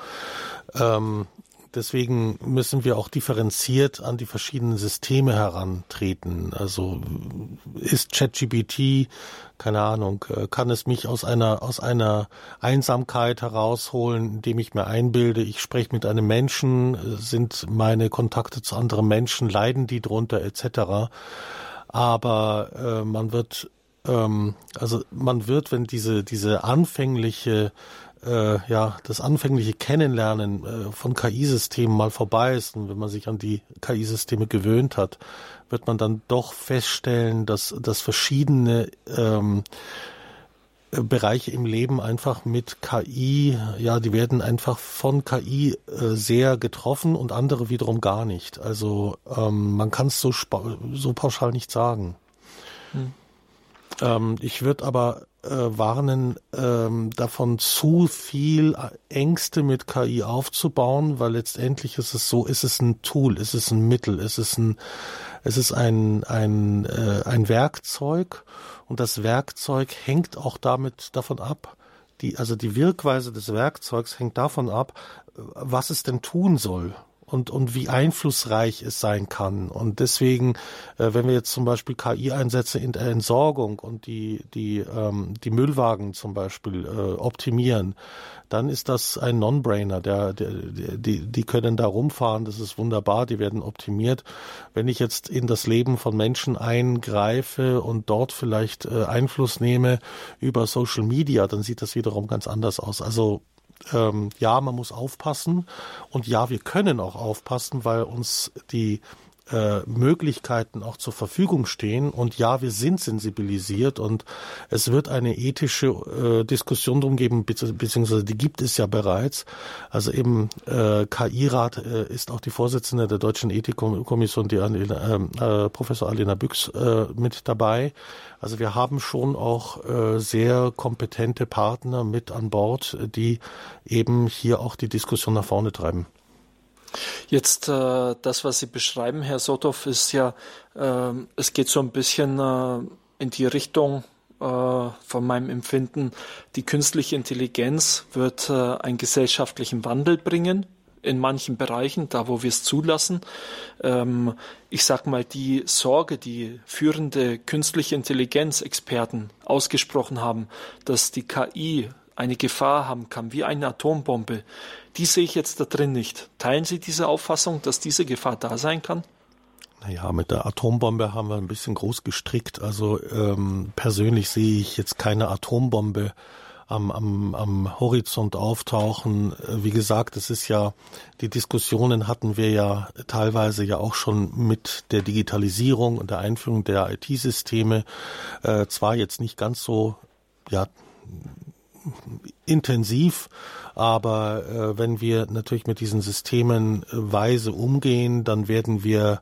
S2: Deswegen müssen wir auch differenziert an die verschiedenen Systeme herantreten. Also ist ChatGPT, keine Ahnung, kann es mich aus einer Einsamkeit herausholen, indem ich mir einbilde, ich spreche mit einem Menschen, sind meine Kontakte zu anderen Menschen, leiden die drunter etc. Aber man wird also man wird, wenn diese anfängliche das anfängliche Kennenlernen von KI-Systemen mal vorbei ist und wenn man sich an die KI-Systeme gewöhnt hat, wird man dann doch feststellen, dass verschiedene Bereiche im Leben einfach mit KI, die werden einfach von KI sehr getroffen und andere wiederum gar nicht. Also man kann es so pauschal nicht sagen. Ich würde aber warnen, davon zu viel Ängste mit KI aufzubauen, weil letztendlich ist es so, ist es ein Tool, ist es ein Mittel, ist es ein Werkzeug und das Werkzeug hängt auch davon ab, die Wirkweise des Werkzeugs hängt davon ab, was es denn tun soll. Und wie einflussreich es sein kann. Und deswegen, wenn wir jetzt zum Beispiel KI-Einsätze in der Entsorgung und die Müllwagen zum Beispiel optimieren, dann ist das ein Non-Brainer. Die können da rumfahren, das ist wunderbar, die werden optimiert. Wenn ich jetzt in das Leben von Menschen eingreife und dort vielleicht Einfluss nehme über Social Media, dann sieht das wiederum ganz anders aus. Also man muss aufpassen und wir können auch aufpassen, weil uns die Möglichkeiten auch zur Verfügung stehen und wir sind sensibilisiert und es wird eine ethische Diskussion drum geben, beziehungsweise die gibt es ja bereits. Also eben KI-Rat ist auch die Vorsitzende der Deutschen Ethikkommission, die Professor Alena Büchs mit dabei. Also wir haben schon auch sehr kompetente Partner mit an Bord, die eben hier auch die Diskussion nach vorne treiben.
S1: Jetzt das, was Sie beschreiben, Herr Sotow, ist ja, es geht so ein bisschen in die Richtung von meinem Empfinden, die künstliche Intelligenz wird einen gesellschaftlichen Wandel bringen, in manchen Bereichen, da wo wir es zulassen. Ich sag mal, die Sorge, die führende künstliche Intelligenz-Experten ausgesprochen haben, dass die KI eine Gefahr haben kann, wie eine Atombombe, die sehe ich jetzt da drin nicht. Teilen Sie diese Auffassung, dass diese Gefahr da sein kann?
S2: Naja, mit der Atombombe haben wir ein bisschen groß gestrickt. Also persönlich sehe ich jetzt keine Atombombe am Horizont auftauchen. Wie gesagt, es ist die Diskussionen hatten wir ja teilweise ja auch schon mit der Digitalisierung und der Einführung der IT-Systeme. Zwar jetzt nicht ganz so, intensiv, aber wenn wir natürlich mit diesen Systemen weise umgehen, dann werden wir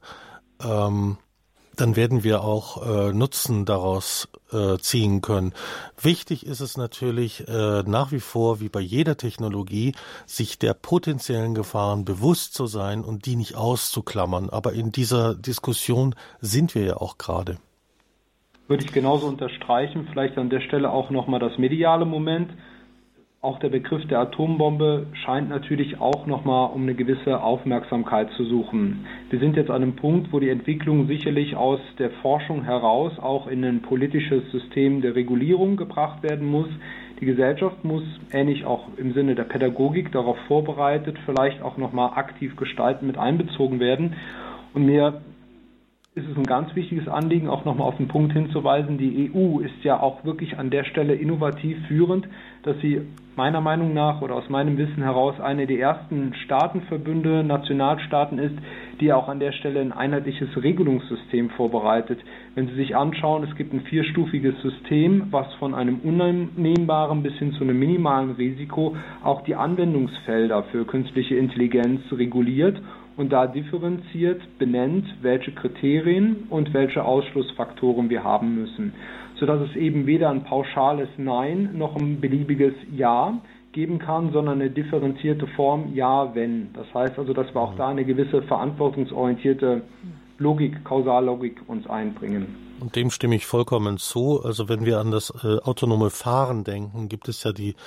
S2: auch Nutzen daraus ziehen können. Wichtig ist es natürlich nach wie vor, wie bei jeder Technologie, sich der potenziellen Gefahren bewusst zu sein und die nicht auszuklammern. Aber in dieser Diskussion sind wir ja auch gerade.
S3: Würde ich genauso unterstreichen, vielleicht an der Stelle auch nochmal das mediale Moment. Auch der Begriff der Atombombe scheint natürlich auch nochmal um eine gewisse Aufmerksamkeit zu suchen. Wir sind jetzt an einem Punkt, wo die Entwicklung sicherlich aus der Forschung heraus auch in ein politisches System der Regulierung gebracht werden muss. Die Gesellschaft muss, ähnlich auch im Sinne der Pädagogik, darauf vorbereitet, vielleicht auch nochmal aktiv gestalten, mit einbezogen werden. Und mir ist es ein ganz wichtiges Anliegen, auch nochmal auf den Punkt hinzuweisen, die EU ist ja auch wirklich an der Stelle innovativ führend, dass sie meiner Meinung nach oder aus meinem Wissen heraus eine der ersten Staatenverbünde, Nationalstaaten ist, die auch an der Stelle ein einheitliches Regelungssystem vorbereitet. Wenn Sie sich anschauen, es gibt ein 4-stufiges System, was von einem unannehmbaren bis hin zu einem minimalen Risiko auch die Anwendungsfelder für künstliche Intelligenz reguliert und da differenziert benennt, welche Kriterien und welche Ausschlussfaktoren wir haben müssen, sodass es eben weder ein pauschales Nein noch ein beliebiges Ja geben kann, sondern eine differenzierte Form Ja, wenn. Das heißt also, dass wir auch da eine gewisse verantwortungsorientierte Logik, Kausallogik uns einbringen.
S2: Und dem stimme ich vollkommen zu. Also wenn wir an das autonome Fahren denken, gibt es ja die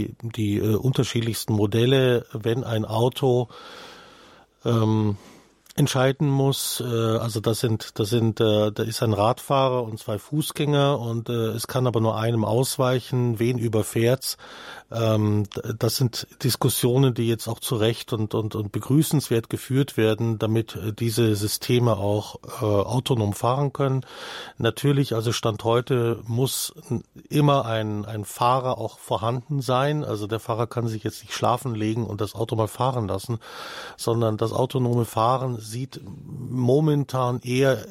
S2: unterschiedlichsten Modelle, wenn ein Auto entscheiden muss. Also da ist ein Radfahrer und 2 Fußgänger und es kann aber nur einem ausweichen. Wen überfährt's? Das sind Diskussionen, die jetzt auch zu Recht und begrüßenswert geführt werden, damit diese Systeme auch autonom fahren können. Natürlich, also Stand heute muss immer ein Fahrer auch vorhanden sein. Also der Fahrer kann sich jetzt nicht schlafen legen und das Auto mal fahren lassen, sondern das autonome Fahren geht momentan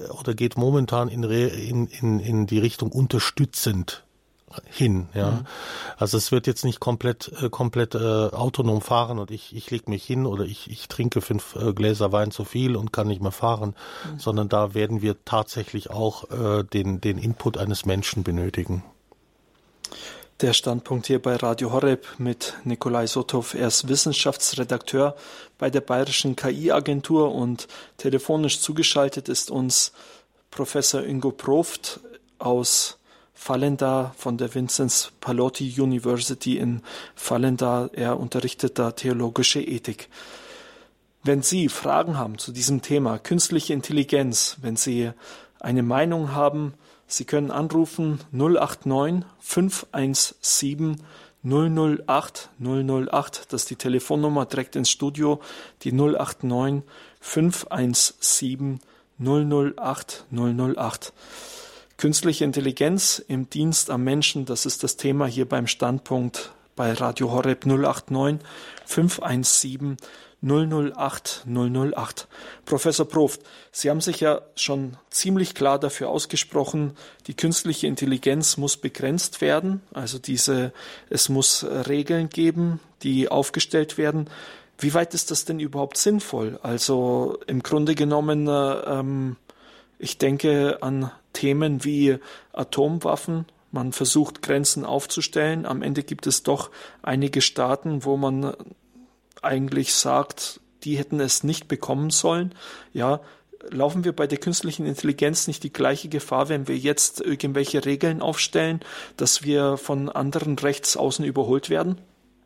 S2: in die Richtung unterstützend hin, ja. Mhm. Also es wird jetzt nicht komplett autonom fahren und ich lege mich hin oder ich trinke 5 Gläser Wein zu viel und kann nicht mehr fahren, sondern da werden wir tatsächlich auch den Input eines Menschen benötigen.
S1: Der Standpunkt hier bei Radio Horeb mit Nikolai Sotow. Er ist Wissenschaftsredakteur bei der Bayerischen KI-Agentur und telefonisch zugeschaltet ist uns Professor Ingo Proft aus Vallendar von der Vinzenz Pallotti University in Vallendar. Er unterrichtet da theologische Ethik. Wenn Sie Fragen haben zu diesem Thema künstliche Intelligenz, wenn Sie eine Meinung haben, Sie können anrufen 089 517 008 008. Das ist die Telefonnummer direkt ins Studio, die 089 517 008 008. Künstliche Intelligenz im Dienst am Menschen, das ist das Thema hier beim Standpunkt bei Radio Horeb 089 517 008 008. Professor Proft, Sie haben sich ja schon ziemlich klar dafür ausgesprochen, die künstliche Intelligenz muss begrenzt werden, also es muss Regeln geben, die aufgestellt werden. Wie weit ist das denn überhaupt sinnvoll? Also im Grunde genommen, ich denke an Themen wie Atomwaffen. Man versucht, Grenzen aufzustellen. Am Ende gibt es doch einige Staaten, wo man eigentlich sagt, die hätten es nicht bekommen sollen. Ja, laufen wir bei der künstlichen Intelligenz nicht die gleiche Gefahr, wenn wir jetzt irgendwelche Regeln aufstellen, dass wir von anderen Rechtsaußen überholt werden?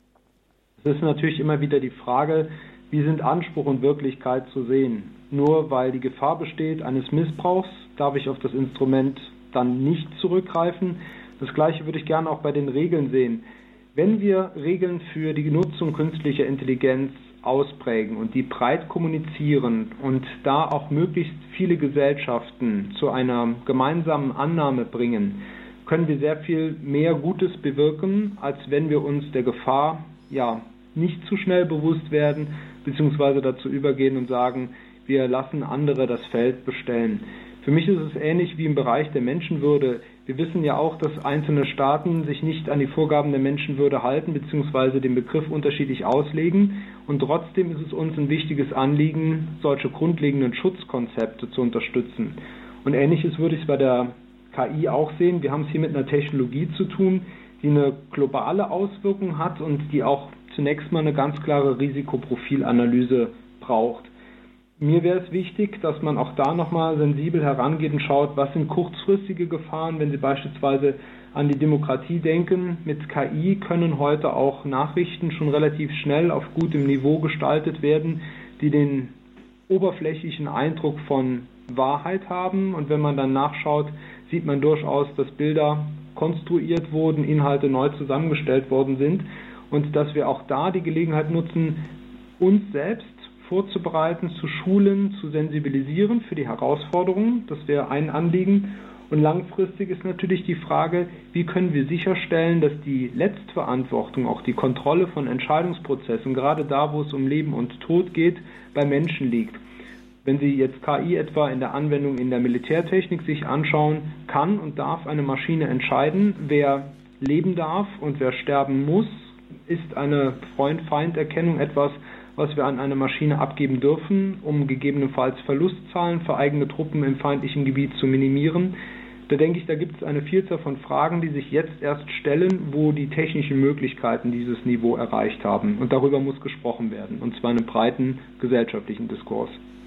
S3: Es ist natürlich immer wieder die Frage, wie sind Anspruch und Wirklichkeit zu sehen? Nur weil die Gefahr besteht eines Missbrauchs, darf ich auf das Instrument dann nicht zurückgreifen. Das Gleiche würde ich gerne auch bei den Regeln sehen. Wenn wir Regeln für die Nutzung künstlicher Intelligenz ausprägen und die breit kommunizieren und da auch möglichst viele Gesellschaften zu einer gemeinsamen Annahme bringen, können wir sehr viel mehr Gutes bewirken, als wenn wir uns der Gefahr nicht zu schnell bewusst werden, beziehungsweise dazu übergehen und sagen, wir lassen andere das Feld bestellen. Für mich ist es ähnlich wie im Bereich der Menschenwürde. Wir wissen ja auch, dass einzelne Staaten sich nicht an die Vorgaben der Menschenwürde halten, beziehungsweise den Begriff unterschiedlich auslegen. Und trotzdem ist es uns ein wichtiges Anliegen, solche grundlegenden Schutzkonzepte zu unterstützen. Und Ähnliches würde ich bei der KI auch sehen. Wir haben es hier mit einer Technologie zu tun, die eine globale Auswirkung hat und die auch zunächst mal eine ganz klare Risikoprofilanalyse braucht. Mir wäre es wichtig, dass man auch da nochmal sensibel herangeht und schaut, was sind kurzfristige Gefahren, wenn Sie beispielsweise an die Demokratie denken. Mit KI können heute auch Nachrichten schon relativ schnell auf gutem Niveau gestaltet werden, die den oberflächlichen Eindruck von Wahrheit haben. Und wenn man dann nachschaut, sieht man durchaus, dass Bilder konstruiert wurden, Inhalte neu zusammengestellt worden sind und dass wir auch da die Gelegenheit nutzen, uns selbst vorzubereiten, zu schulen, zu sensibilisieren für die Herausforderungen. Das wäre ein Anliegen. Und langfristig ist natürlich die Frage, wie können wir sicherstellen, dass die Letztverantwortung, auch die Kontrolle von Entscheidungsprozessen, gerade da, wo es um Leben und Tod geht, bei Menschen liegt. Wenn Sie jetzt KI etwa in der Anwendung in der Militärtechnik sich anschauen, kann und darf eine Maschine entscheiden, wer leben darf und wer sterben muss. Ist eine Freund-Feind-Erkennung etwas, was wir an eine Maschine abgeben dürfen, um gegebenenfalls Verlustzahlen für eigene Truppen im feindlichen Gebiet zu minimieren? Da denke ich, da gibt es eine Vielzahl von Fragen, die sich jetzt erst stellen, wo die technischen Möglichkeiten dieses Niveau erreicht haben. Und darüber muss gesprochen werden, und zwar in einem breiten gesellschaftlichen Diskurs.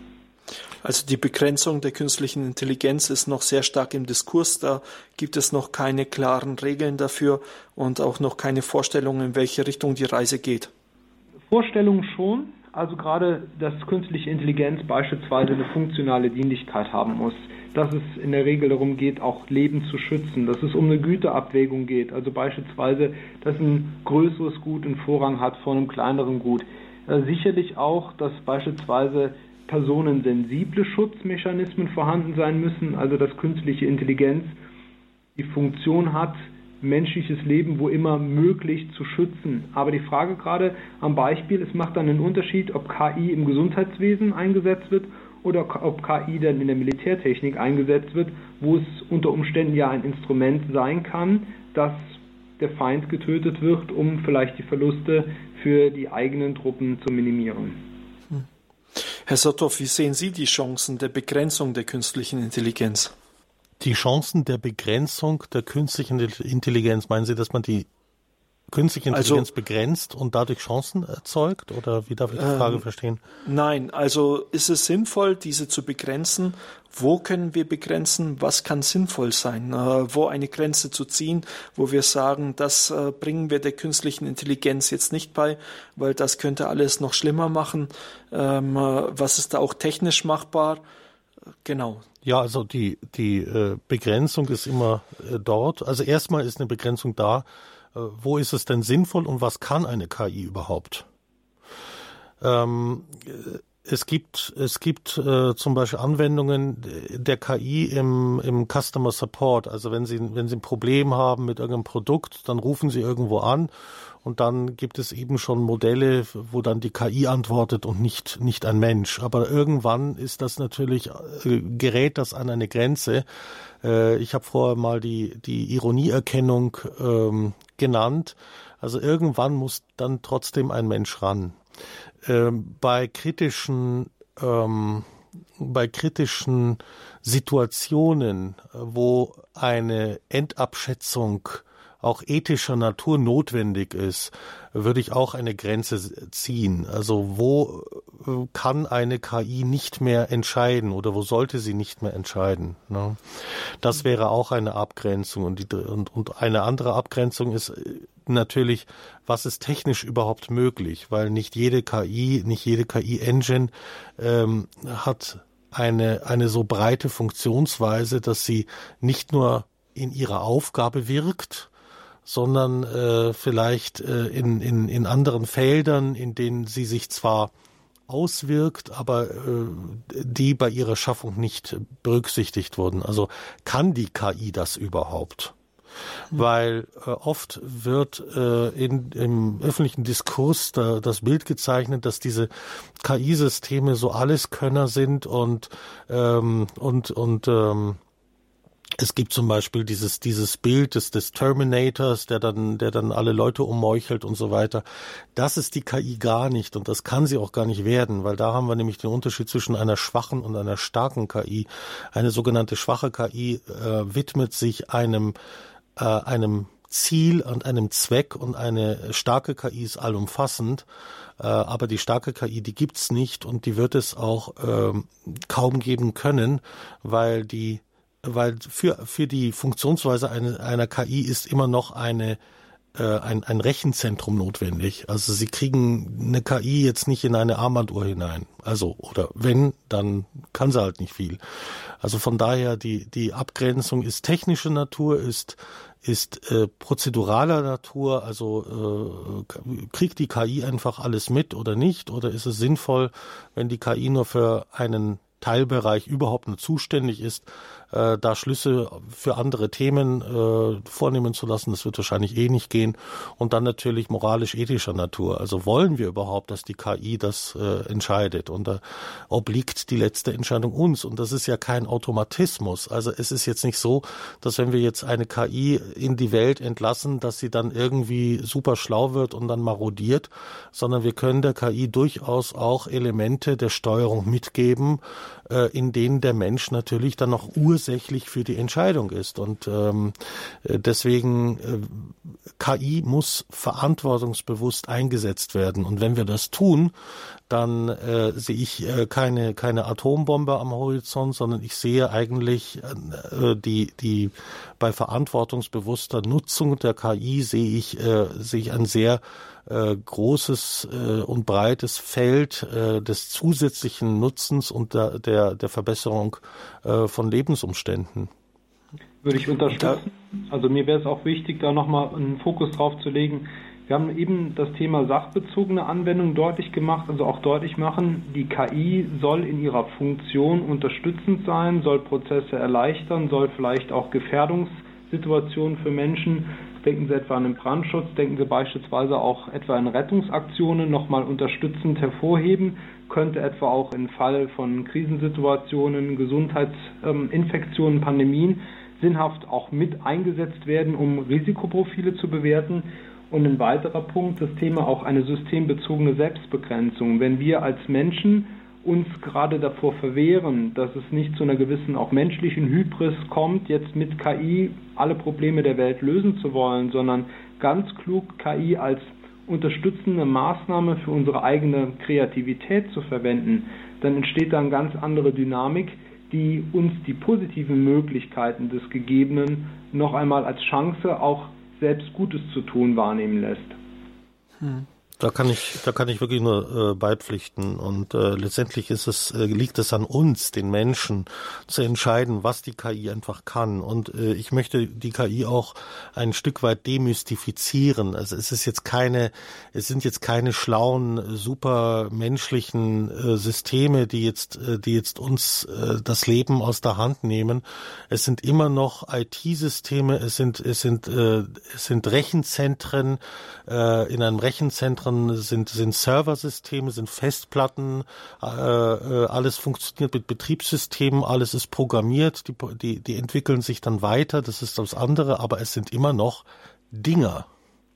S1: Also die Begrenzung der künstlichen Intelligenz ist noch sehr stark im Diskurs. Da gibt es noch keine klaren Regeln dafür und auch noch keine Vorstellungen, in welche Richtung die Reise geht.
S3: Vorstellungen schon, also gerade, dass künstliche Intelligenz beispielsweise eine funktionale Dienlichkeit haben muss, dass es in der Regel darum geht, auch Leben zu schützen, dass es um eine Güterabwägung geht, also beispielsweise, dass ein größeres Gut einen Vorrang hat vor einem kleineren Gut. Sicherlich auch, dass beispielsweise personensensible Schutzmechanismen vorhanden sein müssen, also dass künstliche Intelligenz die Funktion hat, menschliches Leben wo immer möglich zu schützen. Aber die Frage gerade am Beispiel, es macht dann einen Unterschied, ob KI im Gesundheitswesen eingesetzt wird oder ob KI dann in der Militärtechnik eingesetzt wird, wo es unter Umständen ja ein Instrument sein kann, dass der Feind getötet wird, um vielleicht die Verluste für die eigenen Truppen zu minimieren.
S1: Herr Sotthoff, wie sehen Sie die Chancen der Begrenzung der künstlichen Intelligenz?
S2: Die Chancen der Begrenzung der künstlichen Intelligenz, meinen Sie, dass man die künstliche Intelligenz begrenzt und dadurch Chancen erzeugt? Oder wie darf ich die Frage verstehen?
S1: Nein, also ist es sinnvoll, diese zu begrenzen? Wo können wir begrenzen? Was kann sinnvoll sein? Wo eine Grenze zu ziehen, wo wir sagen, das bringen wir der künstlichen Intelligenz jetzt nicht bei, weil das könnte alles noch schlimmer machen. Was ist da auch technisch machbar? Genau.
S2: Ja, also die Begrenzung ist immer dort. Also erstmal ist eine Begrenzung da. Wo ist es denn sinnvoll und was kann eine KI überhaupt? Es gibt zum Beispiel Anwendungen der KI im Customer Support. Also wenn Sie ein Problem haben mit irgendeinem Produkt, dann rufen Sie irgendwo an und dann gibt es eben schon Modelle, wo dann die KI antwortet und nicht ein Mensch. Aber irgendwann ist das natürlich, gerät das an eine Grenze. Ich habe vorher mal die Ironieerkennung genannt. Also irgendwann muss dann trotzdem ein Mensch ran. Bei kritischen Situationen, wo eine Endabschätzung auch ethischer Natur notwendig ist, würde ich auch eine Grenze ziehen. Also wo kann eine KI nicht mehr entscheiden oder wo sollte sie nicht mehr entscheiden? Ne? Das wäre auch eine Abgrenzung. Und eine andere Abgrenzung ist natürlich, was ist technisch überhaupt möglich? Weil nicht jede KI-Engine hat eine so breite Funktionsweise, dass sie nicht nur in ihrer Aufgabe wirkt, sondern vielleicht in anderen Feldern, in denen sie sich zwar auswirkt, aber die bei ihrer Schaffung nicht berücksichtigt wurden. Also kann die KI das überhaupt? Weil oft wird im öffentlichen Diskurs das Bild gezeichnet, dass diese KI-Systeme so Alleskönner sind und es gibt zum Beispiel dieses Bild des Terminators, der dann alle Leute ummeuchelt und so weiter. Das ist die KI gar nicht und das kann sie auch gar nicht werden, weil da haben wir nämlich den Unterschied zwischen einer schwachen und einer starken KI. Eine sogenannte schwache KI widmet sich einem Ziel und einem Zweck und eine starke KI ist allumfassend. Aber die starke KI, die gibt's nicht und die wird es auch kaum geben können, weil für die Funktionsweise einer KI ist immer noch ein Rechenzentrum notwendig. Also Sie kriegen eine KI jetzt nicht in eine Armbanduhr hinein. Also, oder wenn, dann kann sie halt nicht viel. Also von daher, die Abgrenzung ist technische Natur, ist prozeduraler Natur, also kriegt die KI einfach alles mit oder nicht? Oder ist es sinnvoll, wenn die KI nur für einen Teilbereich überhaupt nur zuständig ist, da Schlüsse für andere Themen vornehmen zu lassen, das wird wahrscheinlich nicht gehen. Und dann natürlich moralisch-ethischer Natur. Also wollen wir überhaupt, dass die KI das entscheidet? Und da obliegt die letzte Entscheidung uns. Und das ist ja kein Automatismus. Also es ist jetzt nicht so, dass wenn wir jetzt eine KI in die Welt entlassen, dass sie dann irgendwie super schlau wird und dann marodiert, sondern wir können der KI durchaus auch Elemente der Steuerung mitgeben, in denen der Mensch natürlich dann noch ursächlich für die Entscheidung ist. Und deswegen KI muss verantwortungsbewusst eingesetzt werden. Und wenn wir das tun, dann sehe ich keine Atombombe am Horizont, sondern ich sehe eigentlich die bei verantwortungsbewusster Nutzung der KI sehe ich ein sehr großes und breites Feld des zusätzlichen Nutzens und der Verbesserung von Lebensumständen.
S3: Würde ich unterstützen. Also mir wäre es auch wichtig, da nochmal einen Fokus drauf zu legen. Wir haben eben das Thema sachbezogene Anwendung deutlich gemacht, also auch deutlich machen, die KI soll in ihrer Funktion unterstützend sein, soll Prozesse erleichtern, soll vielleicht auch Gefährdungssituationen für Menschen, denken Sie etwa an den Brandschutz, denken Sie beispielsweise auch etwa an Rettungsaktionen nochmal unterstützend hervorheben, könnte etwa auch im Fall von Krisensituationen, Gesundheitsinfektionen, Pandemien sinnhaft auch mit eingesetzt werden, um Risikoprofile zu bewerten. Und ein weiterer Punkt, das Thema auch eine systembezogene Selbstbegrenzung. Wenn wir als Menschen uns gerade davor verwehren, dass es nicht zu einer gewissen auch menschlichen Hybris kommt, jetzt mit KI alle Probleme der Welt lösen zu wollen, sondern ganz klug KI als unterstützende Maßnahme für unsere eigene Kreativität zu verwenden, dann entsteht da eine ganz andere Dynamik, die uns die positiven Möglichkeiten des Gegebenen noch einmal als Chance auch selbst Gutes zu tun wahrnehmen lässt.
S2: Da kann ich wirklich nur beipflichten und letztendlich liegt es an uns, den Menschen, zu entscheiden, was die KI einfach kann. Und ich möchte die KI auch ein Stück weit demystifizieren. Also es sind jetzt keine schlauen, supermenschlichen Systeme, die jetzt uns das Leben aus der Hand nehmen. Es sind immer noch IT-Systeme, es sind Rechenzentren, in einem Rechenzentrum sind Serversysteme, sind Festplatten, alles funktioniert mit Betriebssystemen, alles ist programmiert, die entwickeln sich dann weiter, das ist das andere, aber es sind immer noch Dinger.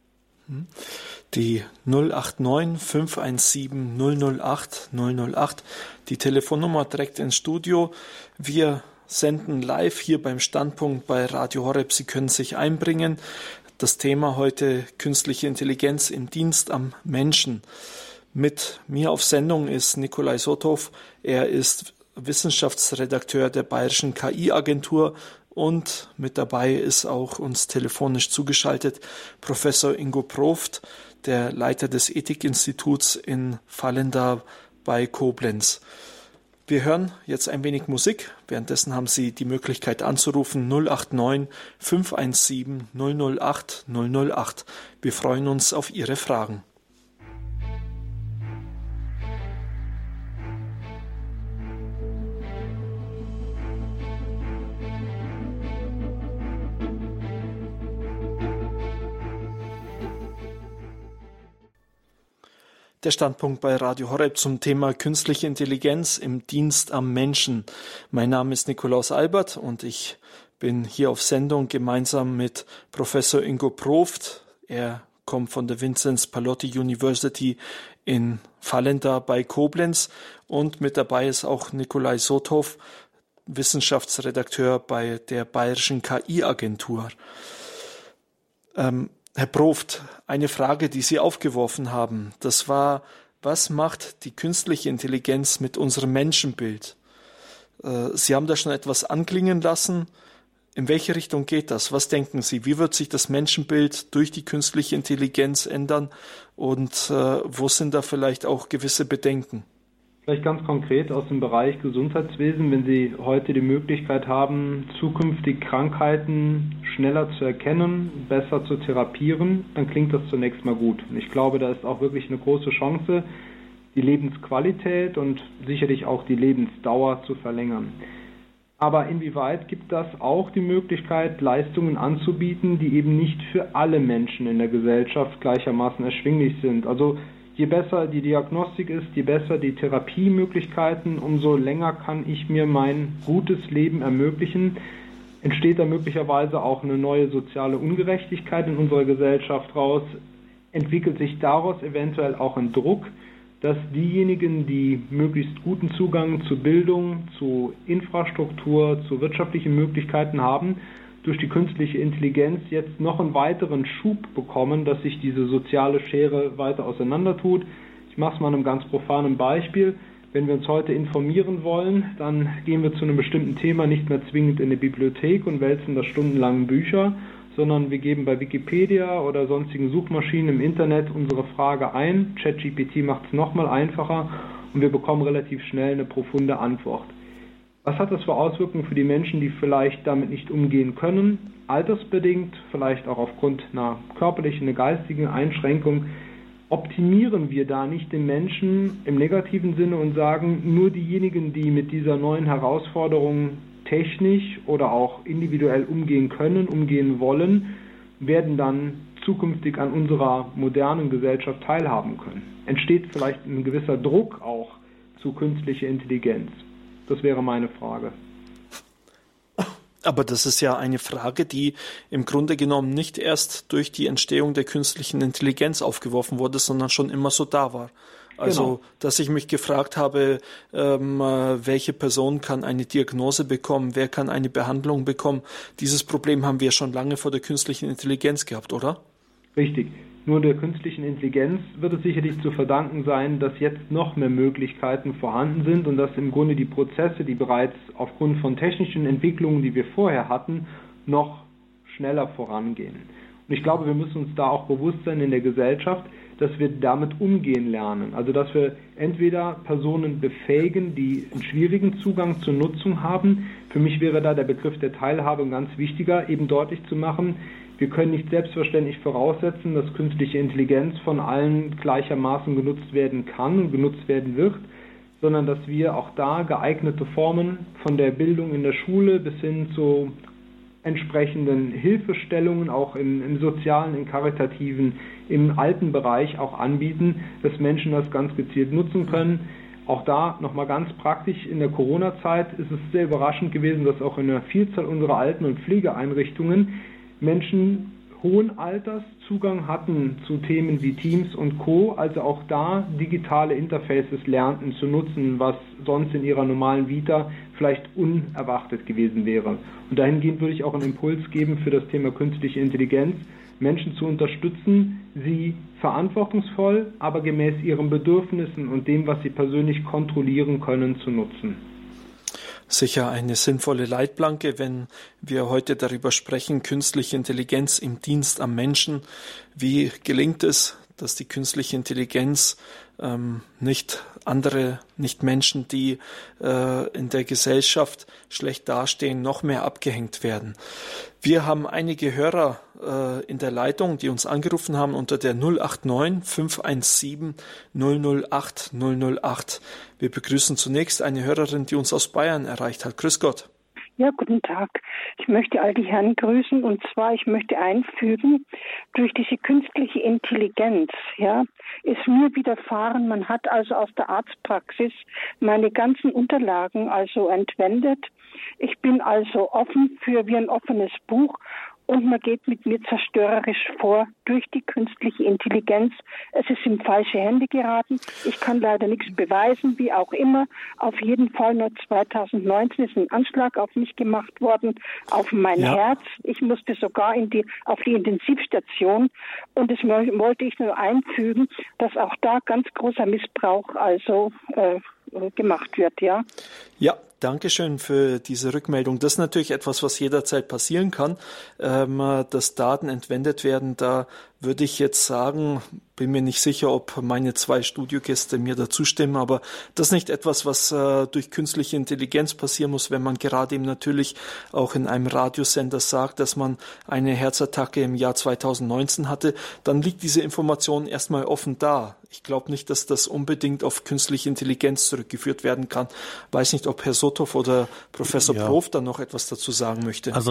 S1: Die 089 517 008 008, die Telefonnummer direkt ins Studio. Wir senden live hier beim Standpunkt bei Radio Horeb. Sie können sich einbringen. Das Thema heute künstliche Intelligenz im Dienst am Menschen. Mit mir auf Sendung ist Nikolai Sotow. Er ist Wissenschaftsredakteur der Bayerischen KI-Agentur und mit dabei ist auch uns telefonisch zugeschaltet Professor Ingo Proft, der Leiter des Ethikinstituts in Vallendar bei Koblenz. Wir hören jetzt ein wenig Musik. Währenddessen haben Sie die Möglichkeit anzurufen 089 517 008 008. Wir freuen uns auf Ihre Fragen. Der Standpunkt bei Radio Horeb zum Thema künstliche Intelligenz im Dienst am Menschen. Mein Name ist Nikolaus Albert und ich bin hier auf Sendung gemeinsam mit Professor Ingo Proft. Er kommt von der Vinzenz Pallotti University in Vallendar bei Koblenz und mit dabei ist auch Nikolai Sotow, Wissenschaftsredakteur bei der Bayerischen KI-Agentur. Herr Proft, eine Frage, die Sie aufgeworfen haben, das war, was macht die künstliche Intelligenz mit unserem Menschenbild? Sie haben da schon etwas anklingen lassen. In welche Richtung geht das? Was denken Sie? Wie wird sich das Menschenbild durch die künstliche Intelligenz ändern? Und wo sind da vielleicht auch gewisse Bedenken?
S3: Vielleicht ganz konkret aus dem Bereich Gesundheitswesen, wenn Sie heute die Möglichkeit haben, zukünftig Krankheiten schneller zu erkennen, besser zu therapieren, dann klingt das zunächst mal gut. Und ich glaube, da ist auch wirklich eine große Chance, die Lebensqualität und sicherlich auch die Lebensdauer zu verlängern. Aber inwieweit gibt das auch die Möglichkeit, Leistungen anzubieten, die eben nicht für alle Menschen in der Gesellschaft gleichermaßen erschwinglich sind? Also je besser die Diagnostik ist, je besser die Therapiemöglichkeiten, umso länger kann ich mir mein gutes Leben ermöglichen. Entsteht da möglicherweise auch eine neue soziale Ungerechtigkeit in unserer Gesellschaft raus? Entwickelt sich daraus eventuell auch ein Druck, dass diejenigen, die möglichst guten Zugang zu Bildung, zu Infrastruktur, zu wirtschaftlichen Möglichkeiten haben, durch die künstliche Intelligenz jetzt noch einen weiteren Schub bekommen, dass sich diese soziale Schere weiter auseinandertut. Ich mache es mal an einem ganz profanen Beispiel. Wenn wir uns heute informieren wollen, dann gehen wir zu einem bestimmten Thema nicht mehr zwingend in eine Bibliothek und wälzen da stundenlang Bücher, sondern wir geben bei Wikipedia oder sonstigen Suchmaschinen im Internet unsere Frage ein. ChatGPT macht es nochmal einfacher und wir bekommen relativ schnell eine profunde Antwort. Was hat das für Auswirkungen für die Menschen, die vielleicht damit nicht umgehen können, altersbedingt, vielleicht auch aufgrund einer körperlichen, einer geistigen Einschränkung? Optimieren wir da nicht den Menschen im negativen Sinne und sagen, nur diejenigen, die mit dieser neuen Herausforderung technisch oder auch individuell umgehen können, umgehen wollen, werden dann zukünftig an unserer modernen Gesellschaft teilhaben können? Entsteht vielleicht ein gewisser Druck auch zu künstlicher Intelligenz? Das wäre meine Frage.
S1: Aber das ist ja eine Frage, die im Grunde genommen nicht erst durch die Entstehung der künstlichen Intelligenz aufgeworfen wurde, sondern schon immer so da war. Also, genau. Dass ich mich gefragt habe, welche Person kann eine Diagnose bekommen, wer kann eine Behandlung bekommen. Dieses Problem haben wir schon lange vor der künstlichen Intelligenz gehabt, oder?
S3: Richtig. Nur der künstlichen Intelligenz wird es sicherlich zu verdanken sein, dass jetzt noch mehr Möglichkeiten vorhanden sind und dass im Grunde die Prozesse, die bereits aufgrund von technischen Entwicklungen, die wir vorher hatten, noch schneller vorangehen. Und ich glaube, wir müssen uns da auch bewusst sein in der Gesellschaft, dass wir damit umgehen lernen. Also dass wir entweder Personen befähigen, die einen schwierigen Zugang zur Nutzung haben. Für mich wäre da der Begriff der Teilhabe ein ganz wichtiger, eben deutlich zu machen, wir können nicht selbstverständlich voraussetzen, dass künstliche Intelligenz von allen gleichermaßen genutzt werden kann und genutzt werden wird, sondern dass wir auch da geeignete Formen von der Bildung in der Schule bis hin zu entsprechenden Hilfestellungen, auch im sozialen, im karitativen, im alten Bereich auch anbieten, dass Menschen das ganz gezielt nutzen können. Auch da nochmal ganz praktisch, in der Corona-Zeit ist es sehr überraschend gewesen, dass auch in der Vielzahl unserer Alten- und Pflegeeinrichtungen Menschen hohen Alters Zugang hatten zu Themen wie Teams und Co., also auch da digitale Interfaces lernten zu nutzen, was sonst in ihrer normalen Vita vielleicht unerwartet gewesen wäre. Und dahingehend würde ich auch einen Impuls geben für das Thema künstliche Intelligenz, Menschen zu unterstützen, sie verantwortungsvoll, aber gemäß ihren Bedürfnissen und dem, was sie persönlich kontrollieren können, zu nutzen.
S1: Sicher eine sinnvolle Leitplanke, wenn wir heute darüber sprechen, künstliche Intelligenz im Dienst am Menschen. Wie gelingt es, dass die künstliche Intelligenz nicht Menschen, die in der Gesellschaft schlecht dastehen, noch mehr abgehängt werden? Wir haben einige Hörer in der Leitung, die uns angerufen haben unter der 089 517 008 008. Wir begrüßen zunächst eine Hörerin, die uns aus Bayern erreicht hat. Grüß Gott.
S4: Ja, guten Tag. Ich möchte all die Herren grüßen und zwar, ich möchte einfügen, durch diese künstliche Intelligenz, ist mir widerfahren, man hat also aus der Arztpraxis meine ganzen Unterlagen also entwendet. Ich bin also offen wie ein offenes Buch und man geht mit mir zerstörerisch vor durch die künstliche Intelligenz. Es ist in falsche Hände geraten. Ich kann leider nichts beweisen, wie auch immer. Auf jeden Fall nur 2019 ist ein Anschlag auf mich gemacht worden, auf mein Herz. Ich musste sogar auf die Intensivstation. Und das wollte ich nur einfügen, dass auch da ganz großer Missbrauch also gemacht wird, ja.
S1: Ja, danke schön für diese Rückmeldung. Das ist natürlich etwas, was jederzeit passieren kann, dass Daten entwendet werden. Da würde ich jetzt sagen, bin mir nicht sicher, ob meine 2 Studiogäste mir dazu stimmen, aber das ist nicht etwas, was durch künstliche Intelligenz passieren muss, wenn man gerade eben natürlich auch in einem Radiosender sagt, dass man eine Herzattacke im Jahr 2019 hatte, dann liegt diese Information erstmal offen da. Ich glaube nicht, dass das unbedingt auf künstliche Intelligenz zurückgeführt werden kann. Weiß nicht, ob Herr Sotow oder Professor Prof da noch etwas dazu sagen möchte.
S2: Also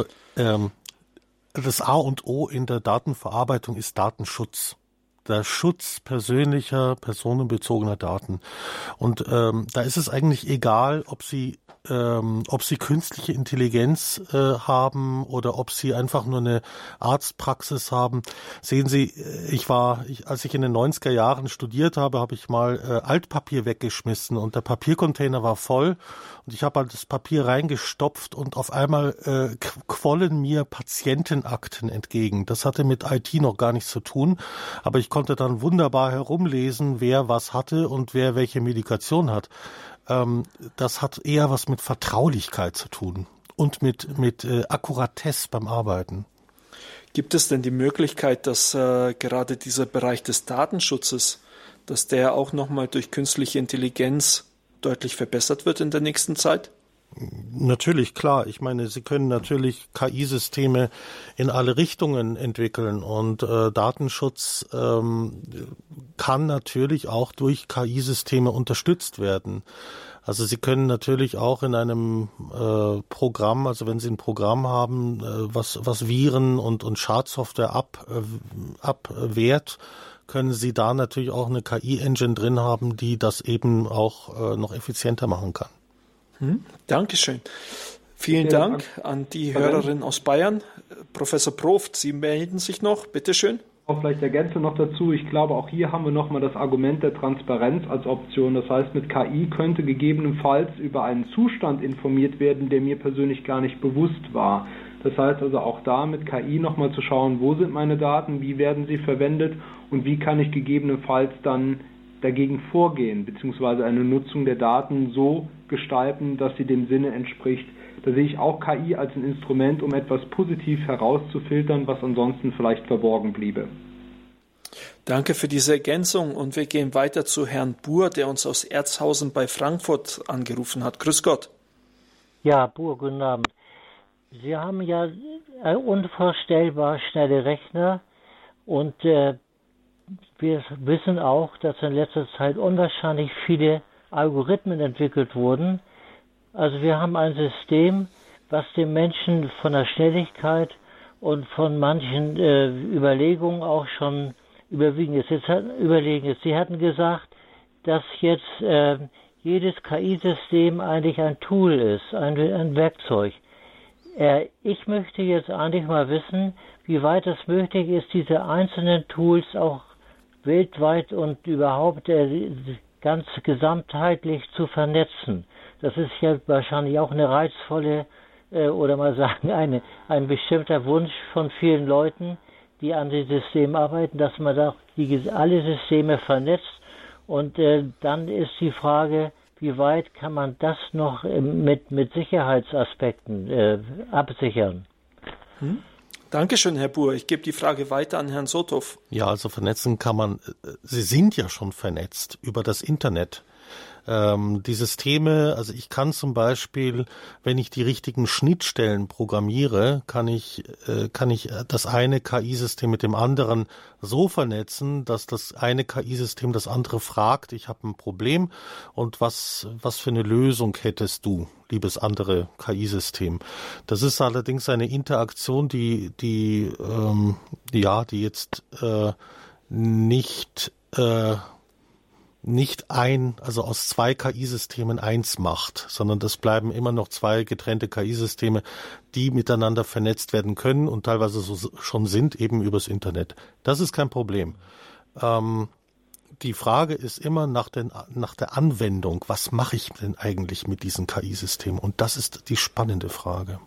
S2: das A und O in der Datenverarbeitung ist Datenschutz. Der Schutz persönlicher, personenbezogener Daten. Und da ist es eigentlich egal, ob Sie künstliche Intelligenz haben oder ob Sie einfach nur eine Arztpraxis haben. Sehen Sie, als ich in den 90er Jahren studiert habe, habe ich mal Altpapier weggeschmissen und der Papiercontainer war voll und ich habe halt das Papier reingestopft und auf einmal quollen mir Patientenakten entgegen. Das hatte mit IT noch gar nichts zu tun, aber ich konnte dann wunderbar herumlesen, wer was hatte und wer welche Medikation hat. Das hat eher was mit Vertraulichkeit zu tun und mit Akkuratesse beim Arbeiten.
S1: Gibt es denn die Möglichkeit, dass gerade dieser Bereich des Datenschutzes, dass der auch nochmal durch künstliche Intelligenz deutlich verbessert wird in der nächsten Zeit?
S2: Natürlich, klar. Ich meine, Sie können natürlich KI-Systeme in alle Richtungen entwickeln und Datenschutz kann natürlich auch durch KI-Systeme unterstützt werden. Also Sie können natürlich auch in einem Programm, also wenn Sie ein Programm haben, was Viren und Schadsoftware abwehrt, können Sie da natürlich auch eine KI-Engine drin haben, die das eben auch noch effizienter machen kann.
S1: Dankeschön. Vielen Dank an die Hörerin aus Bayern. Professor Proft, Sie melden sich noch. Bitte schön.
S3: Vielleicht ergänze noch dazu, ich glaube, auch hier haben wir nochmal das Argument der Transparenz als Option. Das heißt, mit KI könnte gegebenenfalls über einen Zustand informiert werden, der mir persönlich gar nicht bewusst war. Das heißt also auch da mit KI nochmal zu schauen, wo sind meine Daten, wie werden sie verwendet und wie kann ich gegebenenfalls dann dagegen vorgehen, beziehungsweise eine Nutzung der Daten so gestalten, dass sie dem Sinne entspricht. Da sehe ich auch KI als ein Instrument, um etwas positiv herauszufiltern, was ansonsten vielleicht verborgen bliebe.
S1: Danke für diese Ergänzung und wir gehen weiter zu Herrn Buhr, der uns aus Erzhausen bei Frankfurt angerufen hat. Grüß Gott.
S5: Ja, Buhr, guten Abend. Sie haben ja unvorstellbar schnelle Rechner und wir wissen auch, dass in letzter Zeit unwahrscheinlich viele Algorithmen entwickelt wurden. Also wir haben ein System, was den Menschen von der Schnelligkeit und von manchen Überlegungen auch schon überlegen ist. Sie hatten gesagt, dass jetzt jedes KI-System eigentlich ein Tool ist, ein Werkzeug. Ich möchte jetzt eigentlich mal wissen, wie weit es möglich ist, diese einzelnen Tools auch weltweit und überhaupt ganz gesamtheitlich zu vernetzen. Das ist ja wahrscheinlich auch eine reizvolle oder mal sagen ein bestimmter Wunsch von vielen Leuten, die an dem System arbeiten, dass man da alle Systeme vernetzt. Und dann ist die Frage, wie weit kann man das noch mit Sicherheitsaspekten absichern?
S2: Dankeschön, Herr Buhr. Ich gebe die Frage weiter an Herrn Sotow. Ja, also vernetzen kann man, Sie sind ja schon vernetzt über das Internet. Die Systeme, also ich kann zum Beispiel, wenn ich die richtigen Schnittstellen programmiere, kann ich das eine KI-System mit dem anderen so vernetzen, dass das eine KI-System das andere fragt, ich habe ein Problem und was für eine Lösung hättest du, liebes andere KI-System? Das ist allerdings eine Interaktion, die jetzt nicht also aus zwei KI-Systemen eins macht, sondern das bleiben immer noch zwei getrennte KI-Systeme, die miteinander vernetzt werden können und teilweise so schon sind, eben übers Internet. Das ist kein Problem. Die Frage ist immer nach der Anwendung. Was mache ich denn eigentlich mit diesen KI-Systemen? Und das ist die spannende Frage.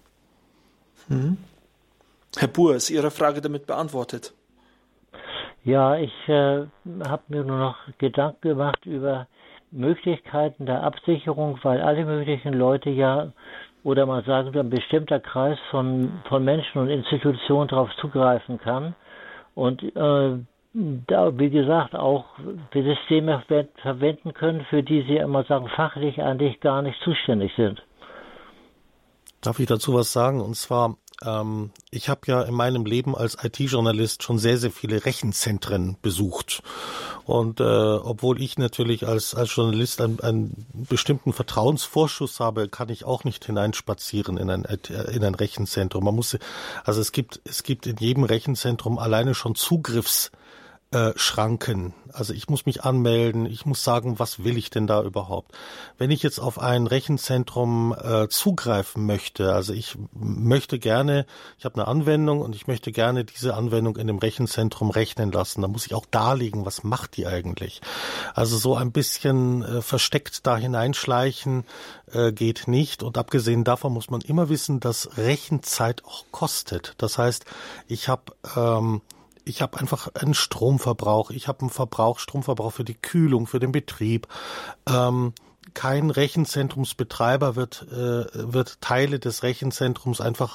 S1: Herr Buhr, ist Ihre Frage damit beantwortet?
S5: Ja, ich habe mir nur noch Gedanken gemacht über Möglichkeiten der Absicherung, weil alle möglichen Leute ja, oder mal sagen, ein bestimmter Kreis von Menschen und Institutionen darauf zugreifen kann. Und da, wie gesagt, auch die Systeme verwenden können, für die sie immer sagen, fachlich eigentlich gar nicht zuständig sind.
S2: Darf ich dazu was sagen? Und zwar, ich habe ja in meinem Leben als IT-Journalist schon sehr, sehr viele Rechenzentren besucht. Und obwohl ich natürlich als Journalist einen bestimmten Vertrauensvorschuss habe, kann ich auch nicht hineinspazieren in ein Rechenzentrum. Es gibt in jedem Rechenzentrum alleine schon Schranken. Also ich muss mich anmelden, ich muss sagen, was will ich denn da überhaupt? Wenn ich jetzt auf ein Rechenzentrum zugreifen möchte, also ich habe eine Anwendung und ich möchte gerne diese Anwendung in dem Rechenzentrum rechnen lassen, dann muss ich auch darlegen, was macht die eigentlich? Also so ein bisschen versteckt da hineinschleichen geht nicht, und abgesehen davon muss man immer wissen, dass Rechenzeit auch kostet. Das heißt, ich habe einfach einen Stromverbrauch, ich habe einen Stromverbrauch für die Kühlung, für den Betrieb. kein Rechenzentrumsbetreiber wird Teile des Rechenzentrums einfach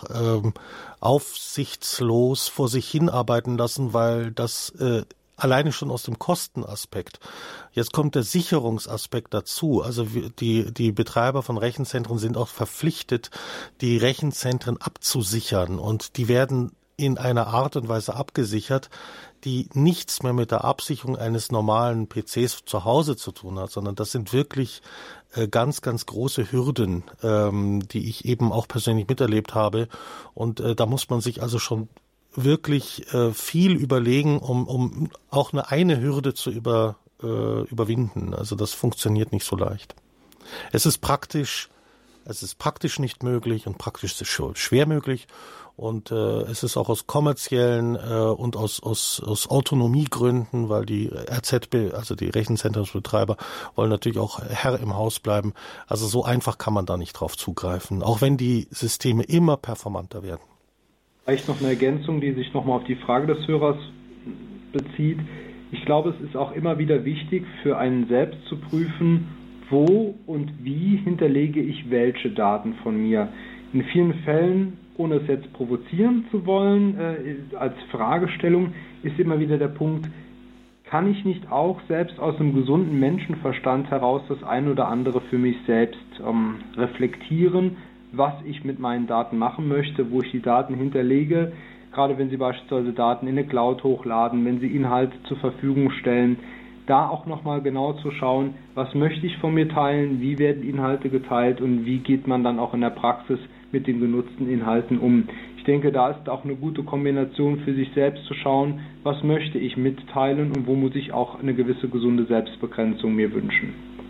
S2: aufsichtslos vor sich hinarbeiten lassen, weil das alleine schon aus dem Kostenaspekt. Jetzt kommt der Sicherungsaspekt dazu. Also die Betreiber von Rechenzentren sind auch verpflichtet, die Rechenzentren abzusichern, und die werden in einer Art und Weise abgesichert, die nichts mehr mit der Absicherung eines normalen PCs zu Hause zu tun hat, sondern das sind wirklich ganz, ganz große Hürden, die ich eben auch persönlich miterlebt habe. Und da muss man sich also schon wirklich viel überlegen, um auch eine Deutsche zu überwinden. Also das funktioniert nicht so leicht. Es ist praktisch nicht möglich und praktisch ist es schwer möglich. Und es ist auch aus kommerziellen und aus Autonomiegründen, weil die RZB, also die Rechenzentrumsbetreiber, wollen natürlich auch Herr im Haus bleiben. Also so einfach kann man da nicht drauf zugreifen, auch wenn die Systeme immer performanter werden.
S3: Vielleicht noch eine Ergänzung, die sich nochmal auf die Frage des Hörers bezieht. Ich glaube, es ist auch immer wieder wichtig, für einen selbst zu prüfen, wo und wie hinterlege ich welche Daten von mir. In vielen Fällen, ohne es jetzt provozieren zu wollen, als Fragestellung ist immer wieder der Punkt, kann ich nicht auch selbst aus einem gesunden Menschenverstand heraus das eine oder andere für mich selbst reflektieren, was ich mit meinen Daten machen möchte, wo ich die Daten hinterlege, gerade wenn Sie beispielsweise Daten in eine Cloud hochladen, wenn Sie Inhalte zur Verfügung stellen, da auch nochmal genau zu schauen, was möchte ich von mir teilen, wie werden Inhalte geteilt und wie geht man dann auch in der Praxis mit den genutzten Inhalten um. Ich denke, da ist auch eine gute Kombination für sich selbst zu schauen, was möchte ich mitteilen und wo muss ich auch eine gewisse gesunde Selbstbegrenzung mir wünschen.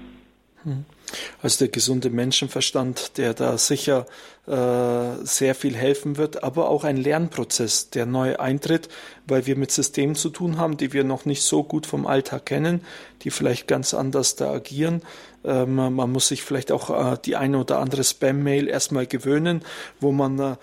S1: Also der gesunde Menschenverstand, der da sicher sehr viel helfen wird, aber auch ein Lernprozess, der neu eintritt, weil wir mit Systemen zu tun haben, die wir noch nicht so gut vom Alltag kennen, die vielleicht ganz anders da agieren. Man muss sich vielleicht auch die eine oder andere Spam-Mail erstmal gewöhnen, wo man